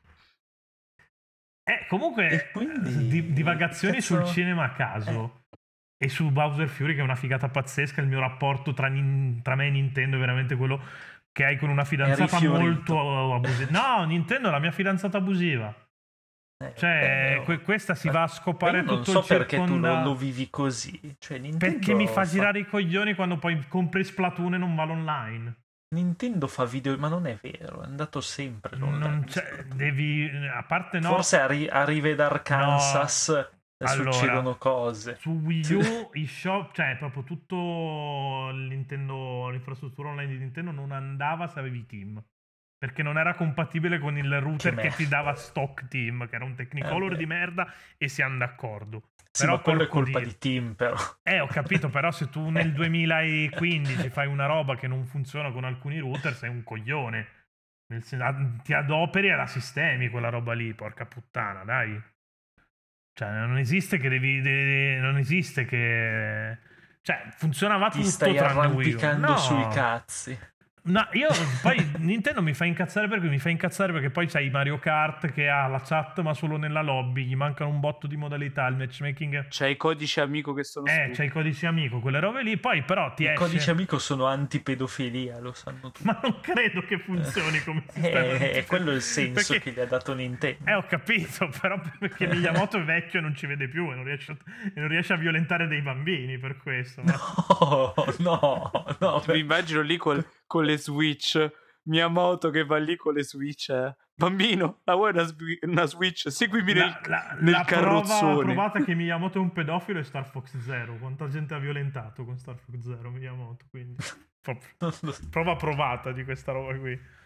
Eh, comunque, E quindi- di- divagazioni cazzo- sul cinema a caso. E su Bowser Fury, che è una figata pazzesca. Il mio rapporto tra, Nin- tra me e Nintendo è veramente quello che hai con una fidanzata rifiorito. molto abusiva. No, Nintendo è la mia fidanzata abusiva. Eh, Cioè, beh, que- questa si va a ma scopare io non tutto so il perché tu circonda- lo, lo vivi così. Cioè, Nintendo Perché mi fa girare i coglioni quando poi compri Splatoon e non va online. Nintendo fa video, ma non è vero, è andato sempre Non l'online. c'è, devi, a parte no, Forse a, Ri- a Rive d'Arkansas Allora, succedono cose. su Wii U i shop, cioè proprio tutto il Nintendo, l'infrastruttura online di Nintendo non andava se avevi Team. Perché non era compatibile con il router Che che, ti merda. dava stock Team, che era un Technicolor Eh, beh. di merda, e siamo d'accordo. Sì, Però ma quello è porco colpa Dio. di Team, però. Eh, ho capito, però se tu nel duemilaquindici fai una roba che non funziona con alcuni router, sei un coglione. Nel sen- a- ti adoperi e la sistemi quella roba lì, porca puttana, dai. Cioè, non esiste che devi... de- non esiste che... Cioè, funzionava Ti tutto stai tranne Wii U. arrampicando No. sui cazzi. No, io poi Nintendo mi fa incazzare perché mi fa incazzare perché poi c'hai Mario Kart che ha la chat ma solo nella lobby, gli mancano un botto di modalità, il matchmaking... C'è i codici amico che sono Eh, stupidi. c'è i codici amico, quelle robe lì, poi però ti I esce... codici amico sono antipedofilia, lo sanno tutti. Ma non credo che funzioni come sistema. Eh, è quello il senso Perché- che gli ha dato Nintendo. Eh, ho capito, però perché Miyamoto è vecchio e non ci vede più e non riesce a, e non riesce a violentare dei bambini per questo. ma- No, no, no. Mi immagino lì col- con le Switch. Miyamoto che va lì con le Switch. eh. Bambino, la vuoi una, swi- una Switch? Seguimi nel, La, la, nel la prova carrozzone. provata che Miyamoto è un pedofilo è Star Fox Zero. Quanta gente ha violentato con Star Fox Zero Miyamoto, quindi... Pro- Non lo so. prova provata di questa roba qui.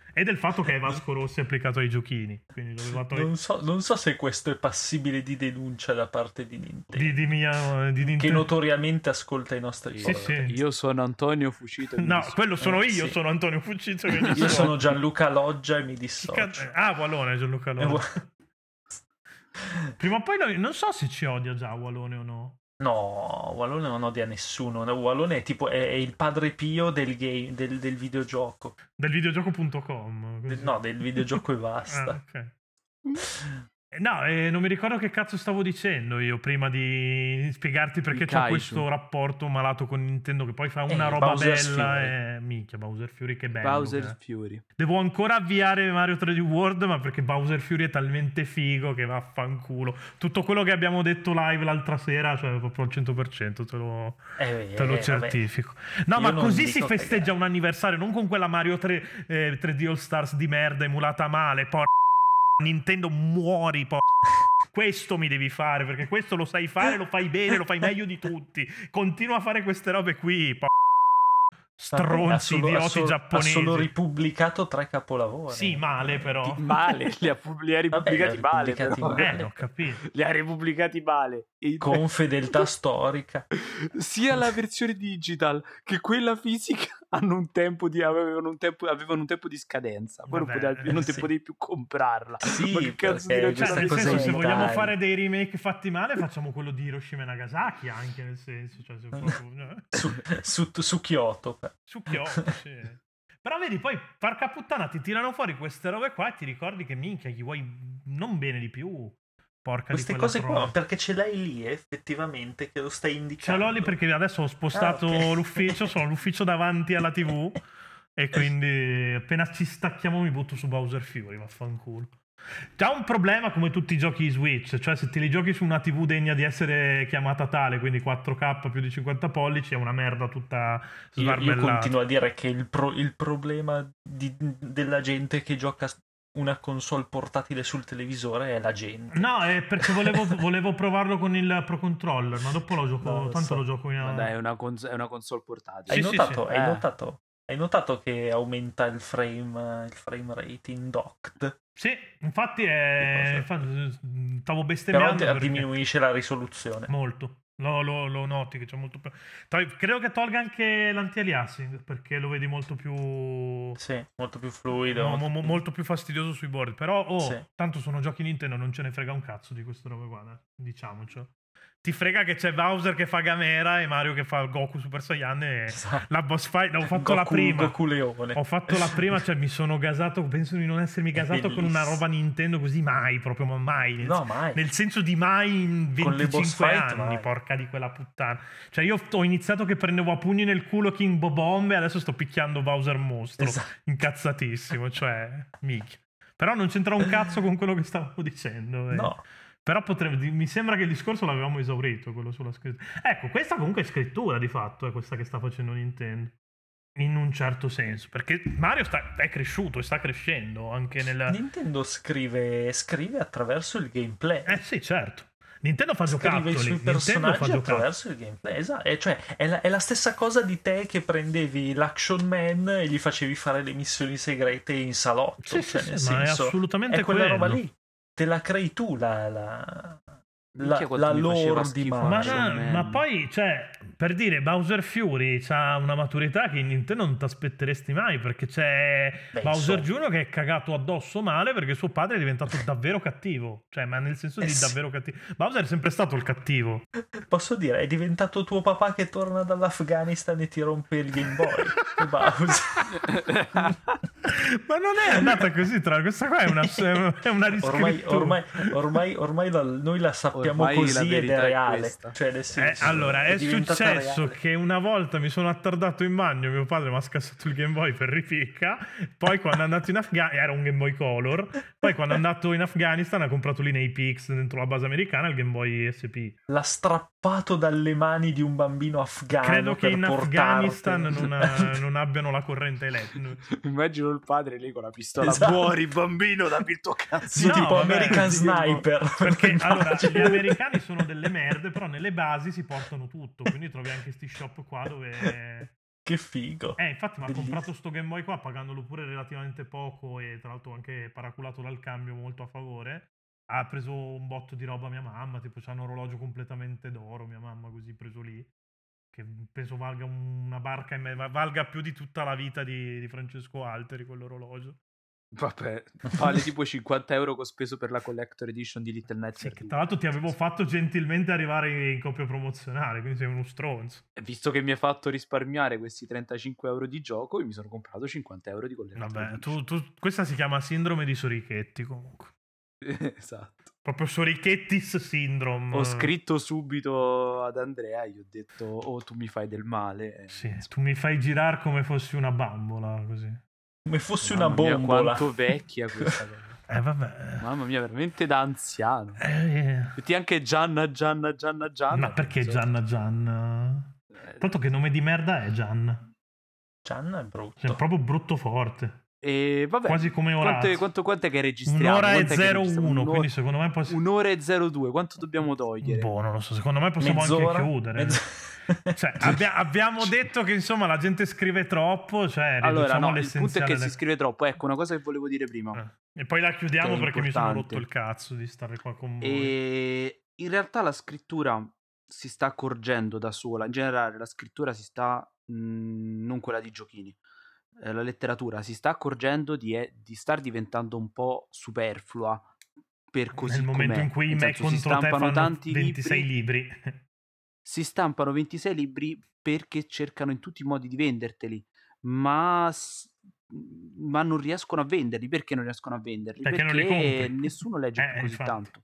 E del fatto che è Vasco Rossi applicato ai giochini. Quindi doveva togliere... non, so, non so se questo è passibile di denuncia da parte di Nintendo. Di, di mia, di che Nintendo. notoriamente ascolta i nostri Sì, podcast. sì. Io sono Antonio Fucito. e mi No, dissocio. quello sono Eh, io, sì. sono Antonio Fucito. e mi Io dissocio. sono Gianluca Loggia e mi dissocio. Ah, Walone, Gianluca Eh, Lone. vo- Prima o poi lo- non so se ci odia già Walone o no. No, Walone non odia nessuno. Walone è tipo è, è il padre Pio del game, del, del videogioco. Del videogioco punto com. Del- no, del videogioco e basta. Ah, ok. Eh, No, eh, non mi ricordo che cazzo stavo dicendo io prima di spiegarti perché Il c'ho kaiju. questo rapporto malato con Nintendo che poi fa una Eh, roba Bowser's bella Fury. e... Minchia, Bowser Fury che bello. Bowser che è. Fury. Devo ancora avviare Mario tre D World, ma perché Bowser Fury è talmente figo che vaffanculo. Tutto quello che abbiamo detto live l'altra sera, cioè proprio al cento per cento, te lo, Eh, te lo eh, certifico. No, Io ma non così dico si festeggia cagate. un anniversario, non con quella Mario tre, eh, tre D All Stars di merda emulata male, por... Nintendo muori, por... Questo mi devi fare, perché questo lo sai fare, lo fai bene, lo fai meglio di tutti. Continua a fare queste robe qui, por... Stronzi, Ha solo- idioti ha solo- giapponesi. Ha solo ripubblicato tre capolavori. Sì, male però. Male, li ha, pub- li ha Vabbè, ripubblicati li ha male. ripubblicati però. male. Eh, ho capito. Li ha ripubblicati male. E- Con fedeltà storica. Sia la versione digital che quella fisica hanno un tempo di, avevano, un tempo, avevano un tempo di scadenza. Poi non, Vabbè, potevi, non sì. te potevi più comprarla. Sì, Ma che cazzo perché di Cioè, questa nel cosa senso, se in vogliamo Italia. fare dei remake fatti male, facciamo quello di Hiroshima e Nagasaki, anche nel senso, cioè, se proprio, eh, Su, su, su Kyoto. su Kyoto, sì. Però vedi, poi, porca puttana, ti tirano fuori queste robe qua e ti ricordi che minchia, gli vuoi non bene di più. Porca Queste di quella cose trova. qua, perché ce l'hai lì effettivamente che lo stai Ce indicando. l'ho lì perché adesso ho spostato Ah, ok. l'ufficio, sono l'ufficio davanti alla tivù e quindi appena ci stacchiamo mi butto su Bowser Fury, vaffanculo. Già un problema come tutti i giochi Switch, cioè se te li giochi su una tivù degna di essere chiamata tale, quindi quattro K più di cinquanta pollici, è una merda tutta Io, io sbarbellata. continuo a dire che il, pro- il problema di- della gente che gioca una console portatile sul televisore è la gente. No, è perché volevo, volevo provarlo con il Pro Controller, ma dopo lo gioco, No, lo tanto so. lo gioco in... Ma dai, è una, cons- è una console portatile. Hai Sì, sì, notato? sì. Hai Eh. notato? Hai notato che aumenta il frame, il frame rate in docked? Sì, infatti è... Che cosa? infatti, stavo Però bestemmiando te- perché... diminuisce la risoluzione. Molto. Lo, lo- lo noti che c'è molto più... Tra- Credo che tolga anche l'anti-aliasing, perché lo vedi molto più... Sì, molto più fluido. mo- molto mo- più- molto più fastidioso sui bordi. Però, oh, Sì. tanto sono giochi Nintendo, non ce ne frega un cazzo di queste robe qua, eh, diciamoci. Ti frega che c'è Bowser che fa Gamera e Mario che fa Goku Super Saiyan e Esatto. la boss fight... Ho fatto la Goku- prima. Goku Leone. Ho fatto la prima, cioè mi sono gasato, penso di non essermi gasato con una bellissimo. roba Nintendo così mai, proprio ma mai. Nel, No, mai. nel senso di mai in Con le boss venticinque fight, anni, mai. porca di quella puttana. Cioè io ho iniziato che prendevo a pugni nel culo King Bobomb e adesso sto picchiando Bowser mostro, Esatto. incazzatissimo, cioè, mica. Però non c'entra un cazzo con quello che stavo dicendo. eh. No. Però potrebbe, mi sembra che il discorso l'avevamo esaurito, quello sulla scrittura. Ecco, questa comunque è scrittura di fatto, è questa che sta facendo Nintendo. In un certo senso, perché Mario sta, è cresciuto e sta crescendo anche nel... Nintendo scrive, scrive attraverso il gameplay. Eh sì, certo. Nintendo fa Scrive giocattoli. i suoi Nintendo fa personaggi giocattoli. attraverso il gameplay. Esatto. E cioè, è, la, è la stessa cosa di te che prendevi l'Action Man e gli facevi fare le missioni segrete in salotto. Sì, cioè, sì, nel sì, ma è senso, assolutamente è quella quello. roba lì. Te la crei tu la, la, Minchia la, quanto la mi faceva lore di schifo Ma, Mario. Action no, Man. ma poi, cioè, per dire, Bowser Fury c'ha una maturità che in Nintendo non ti aspetteresti mai, perché c'è Beh, Bowser insomma. Junior che è cagato addosso male perché suo padre è diventato davvero cattivo. Cioè, ma nel senso Eh di sì. davvero cattivo. Bowser è sempre stato il cattivo. Posso dire, è diventato tuo papà che torna dall'Afghanistan e ti rompe il Game Boy. E Bowser. Ma non è andata così, tra questa qua è una, è una riscrittura. Ormai, ormai, ormai, ormai la- noi la sappiamo Ormai la così ed verità è è reale. questa. Cioè, nel Eh, senso, allora, è, diventata successo reale. che una volta mi sono attardato in bagno, mio padre mi ha scassato il Game Boy per ripicca, poi quando è andato in Afghanistan, era un Game Boy Color, poi quando è andato in Afghanistan ha comprato lì nei Pix dentro la base americana il Game Boy S P. L'ha strappato dalle mani di un bambino afghano. Credo che per in portartelo. Afghanistan non, ha- non abbiano la corrente elettrica. Immagino il padre lì con la pistola. Esatto. Muori bambino da pitto cazzo. Sì, No, tipo vabbè, American sì, tipo- Sniper. Perché allora Immagino. gli americani sono delle merde, però nelle basi si portano tutto, quindi trovi anche sti shop qua dove... Che figo. Eh, infatti mi ha Bellissimo. comprato sto Game Boy qua pagandolo pure relativamente poco e tra l'altro anche paraculato dal cambio molto a favore. Ha preso un botto di roba mia mamma, tipo c'ha un orologio completamente d'oro, mia mamma così preso lì, che penso valga una barca e me- valga più di tutta la vita di, di Francesco Alteri quell'orologio. Vabbè, vale tipo cinquanta euro che ho speso per la collector edition di Little Sì, Nightmare che due. tra l'altro ti avevo fatto gentilmente arrivare in copia promozionale, quindi sei uno stronzo. E visto che mi hai fatto risparmiare questi trentacinque euro di gioco, io mi sono comprato cinquanta euro di collector Vabbè, edition. tu, tu- questa si chiama sindrome di Sorichetti comunque. Esatto. Proprio Sorichettis syndrome. Ho scritto subito ad Andrea, gli ho detto, oh, tu mi fai del male. Sì, tu mi fai girare come fossi una bambola, così. Come fosse Mamma una mia, bombola. quanto vecchia questa cosa. Eh, vabbè. Mamma mia, veramente da anziano. Eh, Metti anche Gianna, Gianna, Gianna, Gianna. ma perché non so. Gianna Gian? Eh, Tanto che nome di merda è Gian. Gianna è brutto. Cioè, proprio brutto forte. E vabbè, Quasi come quanto, Orazio. quanto, quanto è che registriamo? Un'ora e Quant'è che zero registriamo? uno, Un'ora- quindi secondo me poss- Un'ora e zero due, quanto dobbiamo togliere? Boh, non lo so, secondo me possiamo Mezz'ora? anche chiudere. Mezz- Cioè, abbia- abbiamo detto che insomma la gente scrive troppo, cioè Allora, riduciamo no, il punto è l'essenziale che del- si scrive troppo. Ecco, una cosa che volevo dire prima. Eh. E poi la chiudiamo Che è perché mi sono importante. rotto il cazzo di stare qua con voi. E in realtà la scrittura si sta accorgendo da sola. In generale, la scrittura si sta, mh, non quella di giochini, eh, la letteratura si sta accorgendo di, è- di star diventando un po' superflua per così Nel momento com'è. in cui Nel me senso, si contro te stampano fanno tanti ventisei libri, libri. si stampano ventisei libri perché cercano in tutti i modi di venderteli, ma, s- ma non riescono a venderli. Perché non riescono a venderli? Perché non Perché li compri. nessuno legge Eh, più così infatti. tanto.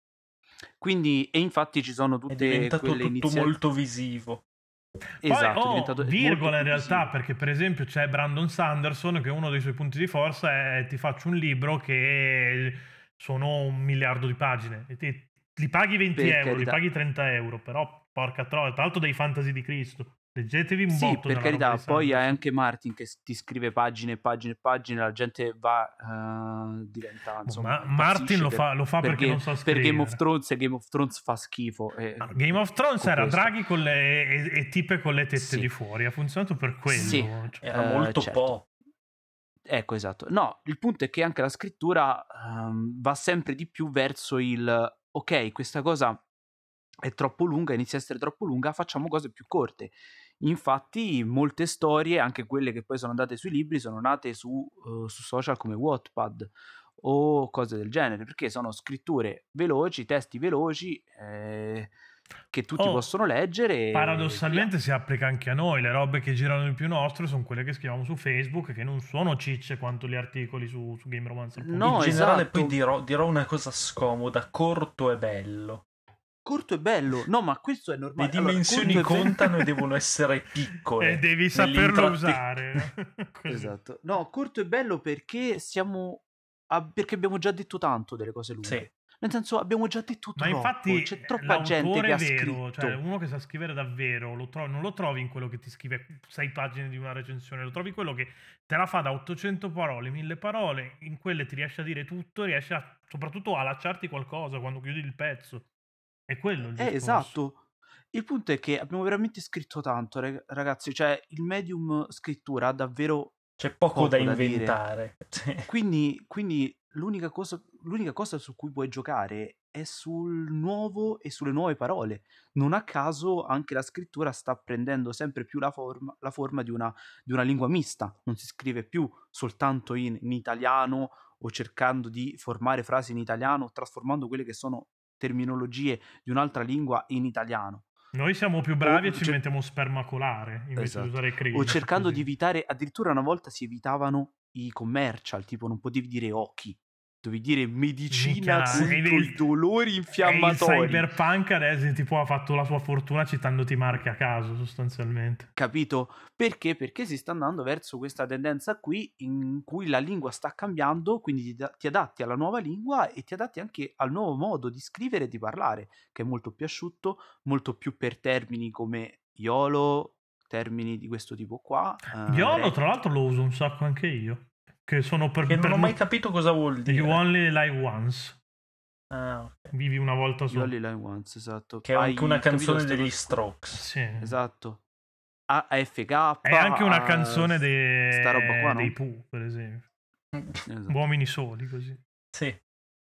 Quindi, e infatti ci sono È tutte diventato quelle tutto iniziative. molto visivo. Esatto, Poi, è oh, diventato molto virgola in più realtà, visivo. perché per esempio c'è Brandon Sanderson che uno dei suoi punti di forza è ti faccio un libro che sono un miliardo di pagine e ti, li paghi venti Per euro, li carità. paghi trenta euro, però porca troia, tra l'altro dei fantasy di Cristo. Leggetevi un Sì, botto per della roba carità, di poi hai Sanderson. anche Martin che s- ti scrive pagine e pagine e pagine, la gente va, eh, diventa, insomma, Ma Martin impazzisce lo per- fa, lo fa per perché Game- non sa per scrivere. Game of Thrones, e Game of Thrones fa schifo. e- Ah, Game of Thrones con era questo. Draghi con le, e, e tipe con le tette Sì. di fuori, ha funzionato per quello. Sì. Cioè, Era Eh, molto certo. po'. Ecco, esatto. No, il punto è che anche la scrittura ehm, va sempre di più verso il ok, questa cosa è troppo lunga, inizia a essere troppo lunga, facciamo cose più corte. Infatti, molte storie, anche quelle che poi sono andate sui libri, sono nate su, eh, su social come Wattpad o cose del genere, perché sono scritture veloci, testi veloci, eh, che tutti Oh, possono leggere. e paradossalmente si applica anche a noi, le robe che girano di più nostre sono quelle che scriviamo su Facebook, che non sono cicce quanto gli articoli su, su Game Romancer. No, In generale esatto. poi dirò, dirò una cosa scomoda, corto e bello. Corto e bello, no, ma questo è normale. Le Allora, dimensioni corto e bello- contano e devono essere piccole. E devi saperlo nell'intratte- usare. Così. Esatto. No, corto e bello perché siamo a- perché abbiamo già detto tanto delle cose lunghe. Sì. Nel senso, abbiamo già detto Ma troppo. infatti C'è troppa gente l'autore che ha vero, scritto. cioè uno che sa scrivere davvero, lo trovi, non lo trovi in quello che ti scrive sei pagine di una recensione, lo trovi quello che te la fa da ottocento parole, mille parole, in quelle ti riesce a dire tutto, riesce a, soprattutto a lasciarti qualcosa quando chiudi il pezzo. È quello il Eh, discorso. esatto. Il punto è che abbiamo veramente scritto tanto, rag- ragazzi. Cioè, il medium scrittura ha davvero. C'è poco, Poco da da dire. inventare. Sì. Quindi, quindi l'unica cosa, l'unica cosa su cui puoi giocare è sul nuovo e sulle nuove parole. Non a caso anche la scrittura sta prendendo sempre più la forma, la forma di una, di una lingua mista. Non si scrive più soltanto in, in italiano o cercando di formare frasi in italiano, trasformando quelle che sono terminologie di un'altra lingua in italiano. Noi siamo più bravi O e ci cer- mettiamo spermacolare invece Esatto. di usare Krieg. O cercando così. di evitare, addirittura una volta si evitavano i commercial, tipo non potevi dire occhi, dovevi dire medicina Minchia, e contro il- i dolori E il infiammatori. cyberpunk adesso tipo ha fatto la sua fortuna citandoti marche a caso sostanzialmente. Capito? Perché? Perché si sta andando verso questa tendenza qui in cui la lingua sta cambiando, quindi ti, da- ti adatti alla nuova lingua e ti adatti anche al nuovo modo di scrivere e di parlare, che è molto più asciutto, molto più per termini come YOLO, termini di questo tipo qua. eh, YOLO rec- tra l'altro lo uso un sacco anche io, che sono per... Che non per ho mai mo- capito cosa vuol dire. You only live once. Ah, ok. Vivi una volta You sola. only live once, esatto. Che è Hai anche una capito canzone questa degli cosa? Strokes. Sì. Esatto. A F K. È anche una a- canzone dei, sta roba qua, no? dei Pooh, per esempio. Esatto. Uomini soli, così. Sì.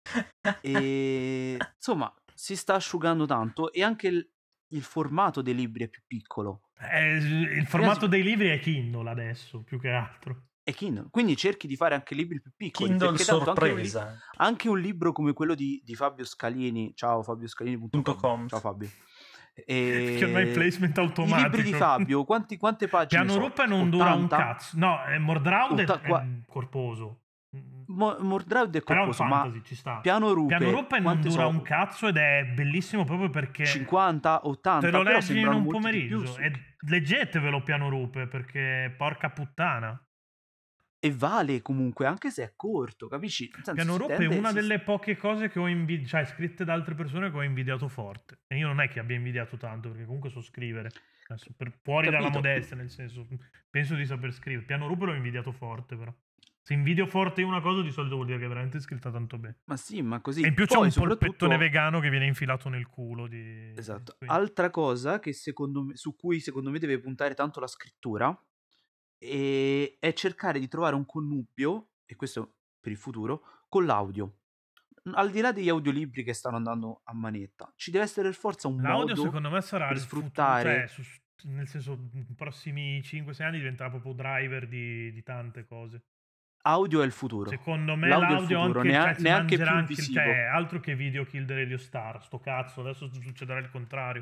E insomma, si sta asciugando tanto e anche il, il formato dei libri è più piccolo. Eh, il formato dei libri è Kindle adesso, più che altro. È Kindle, quindi cerchi di fare anche libri più piccoli. Kindle perché tanto anche un, li- sorpresa. anche un libro come quello di, di Fabio Scalini, ciao Fabio Scalini punto com. Ciao Fabio. E... Che ormai placement I automatico. libri di Fabio, quanti, quante pagine Piano sono? Ruppe non dura un ottanta? cazzo. No, eh, Mordraud è, Otta- qua- è corposo. Mo- Mordraud è Però corposo, fantasy ma ci sta. Piano Ruppe, Piano Ruppe non quante dura sono? un cazzo ed è bellissimo proprio perché cinquanta, ottanta, te lo però leggi in sembrano un molti di più pomeriggio. su- E leggetevelo Piano Ruppe perché porca puttana. e vale comunque, anche se è corto, capisci? Nel senso, Piano si Ruppe è tende- una si- delle poche cose che ho invidiato, cioè scritte da altre persone che ho invidiato forte. E io non è che abbia invidiato tanto, perché comunque so scrivere. Adesso, per, fuori dalla Capito. modestia, nel senso, penso di saper scrivere. Piano Ruppe l'ho invidiato forte, però. Se invidio forte una cosa, di solito vuol dire che è veramente scritta tanto bene. Ma sì, ma così. E in più c'è Poi, un soprattutto- polpettone vegano che viene infilato nel culo di... Esatto. quindi- Altra cosa che secondo me, su cui secondo me deve puntare tanto la scrittura e- è cercare di trovare un connubio, e questo per il futuro, con l'audio. Al di là degli audiolibri che stanno andando a manetta, ci deve essere per forza un L'audio modo secondo me sarà per il sfruttare- futuro, cioè, su- nel senso, nei prossimi cinque sei anni diventerà proprio driver di, di tante cose. audio è il futuro. Secondo me L'audio è il l'audio futuro, anche, nea- cioè, si neanche mangerà più anche- visivo. cioè, altro che video kill the radio star, sto cazzo, adesso succederà il contrario.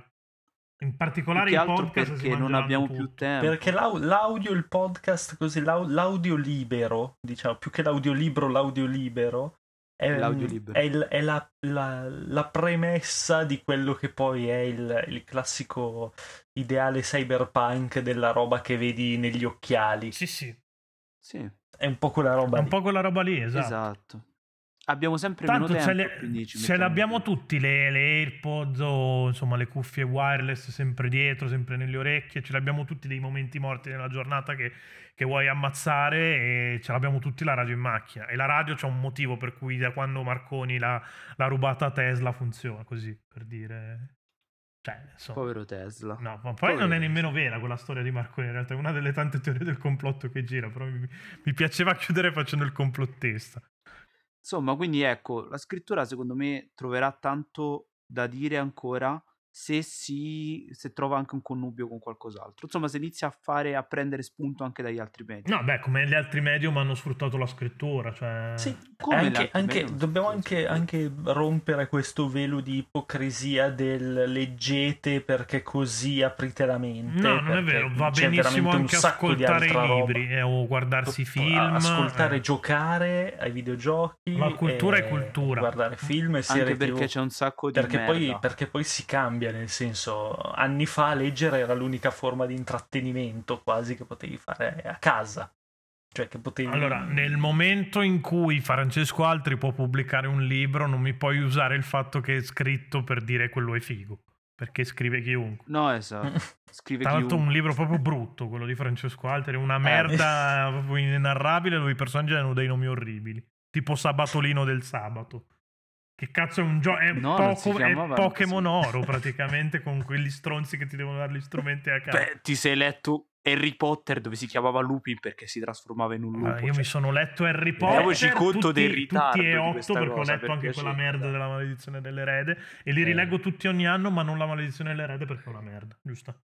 In particolare Più che i altro podcast si perché non mangeranno abbiamo tutto. più tempo. Perché l'au- l'audio, il podcast, così l'au- l'audio libero, diciamo, più che l'audiolibro, l'audio libero, è, L'audio libero. è, il- è la, la- la premessa di quello che poi è il, il classico ideale cyberpunk della roba che vedi negli occhiali. Sì, sì, Sì, È un po' quella roba è un lì. po' quella roba lì, esatto. esatto. Abbiamo sempre Tanto meno ce, tempo, le, quindi ci ce mettiamo l'abbiamo più. tutti le, le AirPods o insomma le cuffie wireless sempre dietro, sempre nelle orecchie, ce l'abbiamo tutti dei momenti morti nella giornata che, che vuoi ammazzare e ce l'abbiamo tutti la radio in macchina. E la radio c'è un motivo per cui da quando Marconi l'ha, l'ha rubata a Tesla funziona così, per dire... Cioè, insomma... Povero Tesla. No, ma poi Povero non è Tesla. nemmeno vera quella storia di Marconi, in realtà è una delle tante teorie del complotto che gira, però mi, mi piaceva chiudere facendo il complottista. Insomma, quindi ecco, la scrittura secondo me troverà tanto da dire ancora se si se trova anche un connubio con qualcos'altro. Insomma, se inizia a fare a prendere spunto anche dagli altri media. No, beh, come gli altri medium hanno sfruttato la scrittura, cioè... Sì, Come le anche, altre anche- medium, dobbiamo sì, anche, sì. anche rompere questo velo di ipocrisia del leggete perché così aprite la mente. No, non è perché vero, va c'è benissimo veramente un anche sacco di ascoltare altra i roba. libri eh, o guardarsi i film. Ascoltare, eh. giocare ai videogiochi. La cultura e è cultura. Guardare film e serie Anche perché T V. c'è un sacco di Perché merda. poi, perché poi si cambia, nel senso, anni fa leggere era l'unica forma di intrattenimento quasi che potevi fare a casa. Cioè che potevi... Allora, nel momento in cui Francesco Altri può pubblicare un libro, non mi puoi usare il fatto che è scritto per dire quello è figo, perché scrive chiunque. No, esatto. Scrive Tra l'altro chiunque. un libro proprio brutto, quello di Francesco Altri, è Eh, una merda proprio inenarrabile dove i personaggi hanno dei nomi orribili, tipo Sabatolino del Sabato. Che cazzo è un gioco? È, No, non si poco- è chiamava Pokémon così. Oro praticamente con quegli stronzi che ti devono dare gli strumenti a caso. Beh, ti sei letto Harry Potter dove si chiamava Lupin perché si trasformava in un lupo. Ah, io cioè. mi sono letto Harry Potter Rendiamoci conto tutti, del ritardo tutti e di otto questa perché ho cosa, letto per anche quella piacere, merda dai. della maledizione dell'erede e li Eh. rileggo tutti ogni anno, ma non la maledizione dell'erede perché è una merda, giusto?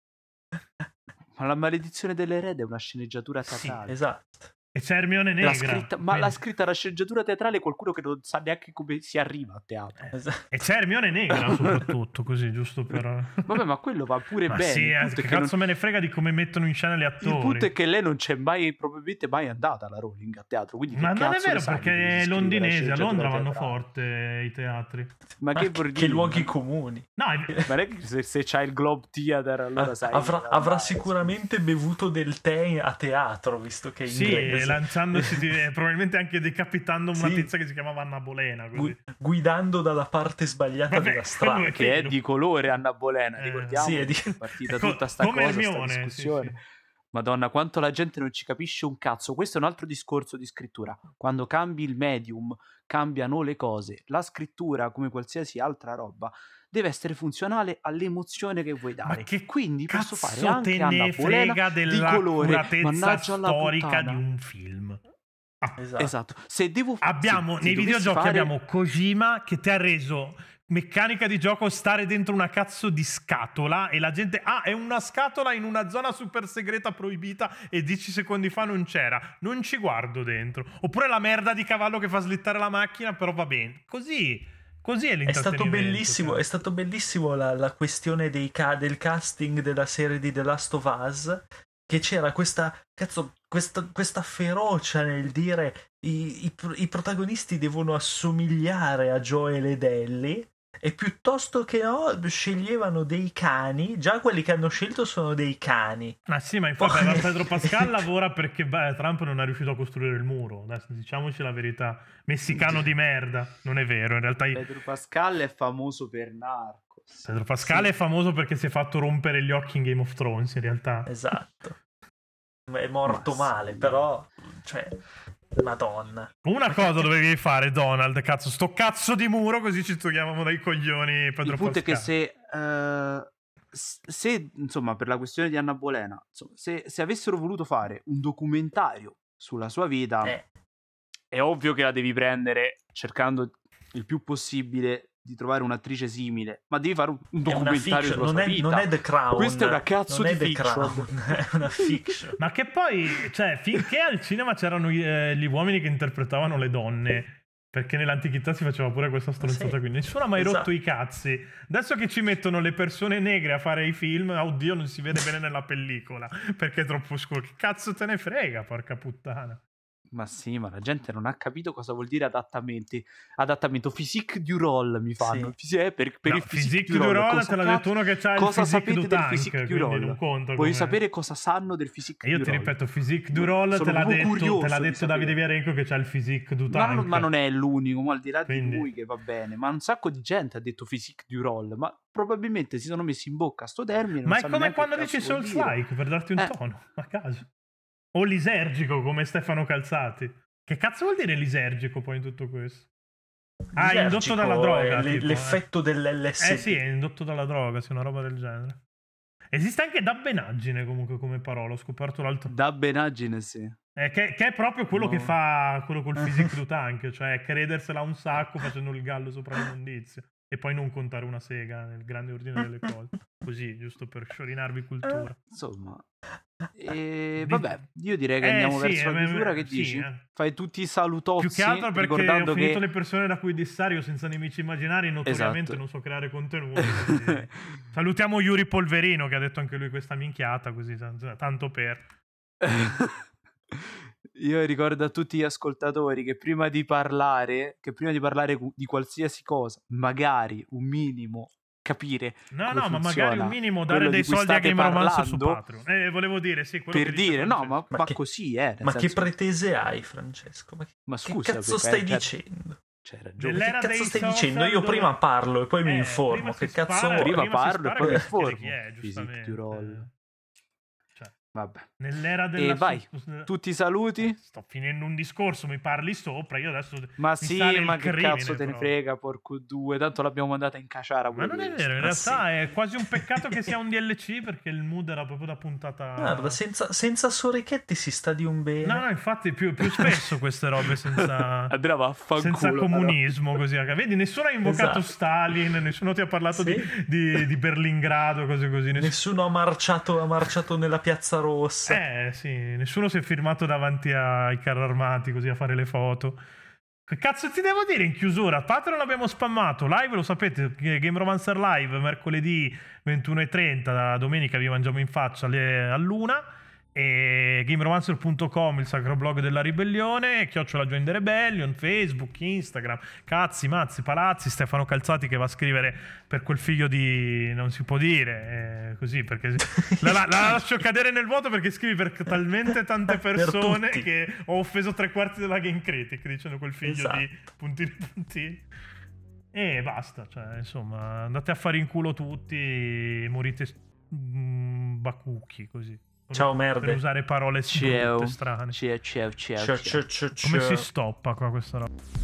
Ma la maledizione dell'erede è una sceneggiatura Sì, teatrale. esatto. E c'è Hermione L'ha Negra. scritta- ma quindi- l'ha scritta la sceneggiatura teatrale qualcuno che non sa neanche come si arriva a teatro. Eh, Esatto. E c'è Hermione Negra soprattutto, così, giusto per... Vabbè, ma quello va pure Ma bene. sì, il, eh, punto che è che cazzo non- me ne frega di come mettono in scena gli il attori. punto è che lei non c'è mai, probabilmente mai andata alla Rowling a teatro. Quindi che Ma non è cazzo vero ne sai di come perché si è scrive la londinese, a sceneggiatura Londra vanno teatrale? forte i teatri. Ma Ma che, che, vuol che dire? luoghi comuni. No, è... Ma non è che se, se c'hai il Globe Theater allora Ah, sai. avrà, andare, avrà sì. sicuramente bevuto del tè a teatro, visto che è Sì, inglese. lanciandosi di- eh, probabilmente anche decapitando una Sì. tizia che si chiamava Anna Bolena. Così. Gui- guidando dalla parte sbagliata Vabbè, della strada. quello è- Che è Vero. di colore Anna Bolena, Eh, ricordiamo. sì, è di- è partita Co- tutta sta come cosa, sta Hermione, sì, discussione. sì. Madonna, quanto la gente non ci capisce un cazzo. Questo è un altro discorso di scrittura. Quando cambi il medium, cambiano le cose. La scrittura, come qualsiasi altra roba, deve essere funzionale all'emozione che vuoi dare. Ma che Quindi posso fare cazzo anche te Anna ne Bolena frega di della colore. accuratezza Mannaggia alla storica puttana. di un film? Ah, Esatto. Esatto. Se devo abbiamo, se- se nei dovessi videogiochi fare- abbiamo Kojima che ti ha reso meccanica di gioco stare dentro una cazzo di scatola e la gente, ah, è una scatola in una zona super segreta proibita e dieci secondi fa non c'era, non ci guardo dentro. Oppure la merda di cavallo che fa slittare la macchina, però va bene. Così, così è È stato l'intrattenimento. bellissimo, cioè. è stato bellissimo la, la questione dei ca- del casting della serie di The Last of Us, che c'era questa, cazzo, questa, questa ferocia nel dire i, i, pro- i protagonisti devono assomigliare a Joel ed Ellie, e piuttosto che no sceglievano dei cani. Già quelli che hanno scelto sono dei cani. Ah sì, ma infatti oh. Pedro Pascal lavora perché beh, Trump non è riuscito a costruire il muro. Adesso diciamoci la verità. Messicano di merda. Non è vero, in realtà... Pedro Pascal è famoso per Narcos. Pedro Pascal Sì. è famoso perché si è fatto rompere gli occhi in Game of Thrones, in realtà. Esatto. È morto Ma sì. male, però, cioè, Madonna. Una cosa dovevi fare, Donald, cazzo, sto cazzo di muro, così ci togliamo dai coglioni Pedro Il punto è che Pascal. se, eh, s- se, insomma, per la questione di Anna Bolena, insomma, se, se avessero voluto fare un documentario sulla sua vita, Eh, è ovvio che la devi prendere cercando il più possibile di trovare un'attrice simile, ma devi fare un, un è una documentario fiction, sulla non sua è, vita. non è The Crown. Questa è una cazzo non di è The fiction. Crown, è una fiction. Ma che poi, cioè, finché al cinema c'erano eh, gli uomini che interpretavano le donne, perché nell'antichità si faceva pure questa stronzata Sì, qui, nessuno ha mai esatto. rotto i cazzi. Adesso che ci mettono le persone negre a fare i film, oddio, non si vede bene nella pellicola, perché è troppo scuro. Che cazzo te ne frega, porca puttana. Ma sì, ma la gente non ha capito cosa vuol dire adattamenti. Adattamento physique du rôle mi fanno. Sì. Sì, eh, per, per No, il physique, physique du du rôle. rôle Cosa te l'ha cazzo- detto uno che c'ha il cosa physique sapete du del tank, physique du quindi rôle? non conta Vuoi come- sapere cosa sanno del physique E io du ti rôle? ripeto, physique du rôle Sono te l'ha proprio detto, curioso te l'ha di detto sapere. Davide Viarenco che c'ha il physique du Ma tank. non, ma non è l'unico, ma al di là Quindi- di lui che va bene, ma un sacco di gente ha detto physique du rôle, ma probabilmente si sono messi in bocca sto termine. non Ma è sanno come neanche quando che dici cazzo vuol dire. Souls-like, per darti un Eh. tono, a caso. O lisergico, come Stefano Calzati. Che cazzo vuol dire lisergico poi in tutto questo? Ah, è indotto Lisergico dalla è droga. l- tipo, l'effetto dell'L S D. eh. eh sì, è indotto dalla droga, sì, una roba del genere. Esiste anche dabbenaggine comunque come parola, ho scoperto l'altro. Da benaggine, sì. Eh, che, che è proprio quello No. che fa quello col physique du tank, cioè credersela un sacco facendo il gallo sopra l'immondizia e poi non contare una sega nel grande ordine delle cose. Così, giusto per sciorinarvi cultura. Insomma. E Di- vabbè, io direi che Eh, andiamo sì, verso la eh, chiusura. Che sì, dici? eh. Fai tutti i salutozzi. Più che altro perché ricordando ho finito che le persone da cui dissare, io senza nemici immaginari, notoriamente Esatto. non so creare contenuti. quindi- Salutiamo Yuri Polverino che ha detto anche lui questa minchiata, così t- tanto per. Io ricordo a tutti gli ascoltatori che prima di parlare, che prima di parlare cu- di qualsiasi cosa, magari un minimo capire No, come no, ma funziona magari un minimo dare quello dei di cui soldi a state Game Romancer su parlando, Patreon. Eh, volevo dire, sì, quello per che dice dire, no, Francesco. ma, Ma ma che- così è. nel Ma che senso- pretese hai, Francesco? Ma che, ma che scusa, cazzo Pepe, stai cioè, dicendo? c'hai ragione. Nell'era Che cazzo dei stai social dicendo? Io dove- prima parlo e poi mi Eh, informo. prima Che si cazzo spara, vuoi? Prima prima si parlo e spara poi mi per chiedere informo. chi è, Physique giustamente. du rôle. Vabbè. Nell'era della E vai, su- tutti i saluti. Sto finendo un discorso, mi parli sopra, io adesso Ma mi sì, sale il ma che crimine cazzo te ne proprio. frega, porco due. Tanto l'abbiamo mandata in caciara. Ma pure non è questa. vero, in Ma realtà sì. è quasi un peccato che sia un D L C perché il mood era proprio da puntata. Guarda, senza, senza Sorichetti si sta di un bene. No, no, infatti più, più spesso queste robe senza, Andrea vaffanculo. senza comunismo, così. Vedi, nessuno ha invocato Esatto. Stalin, nessuno ti ha parlato Sì. di, di, di Berlingrado, cose così. Nessuno... Nessuno ha marciato, ha marciato nella Piazza Rossa. Eh sì, nessuno si è firmato davanti ai carri armati così a fare le foto. Che cazzo ti devo dire in chiusura? Patreon l'abbiamo spammato, live lo sapete, Game Romancer Live mercoledì ventuno e trenta, domenica vi mangiamo in faccia alle, all'una, e gameromancer punto com il sacro blog della ribellione, chiocciola Join the Rebellion, Facebook, Instagram, cazzi, mazzi, palazzi, Stefano Calzati che va a scrivere per quel figlio di... non si può dire, eh, così perché la, la, la lascio cadere nel vuoto perché scrivi per talmente tante Per persone tutti. che ho offeso tre quarti della Game Critic dicendo quel figlio Esatto. di puntini puntini. E basta, cioè, insomma, andate a fare in culo tutti, morite mm, bacucchi così. Ciao, Per merde. usare parole Ciao. brutte, strane. Ciao, ciao, ciao, Ciao, ciao. ciao, ciao, Come ciao. si stoppa qua questa roba?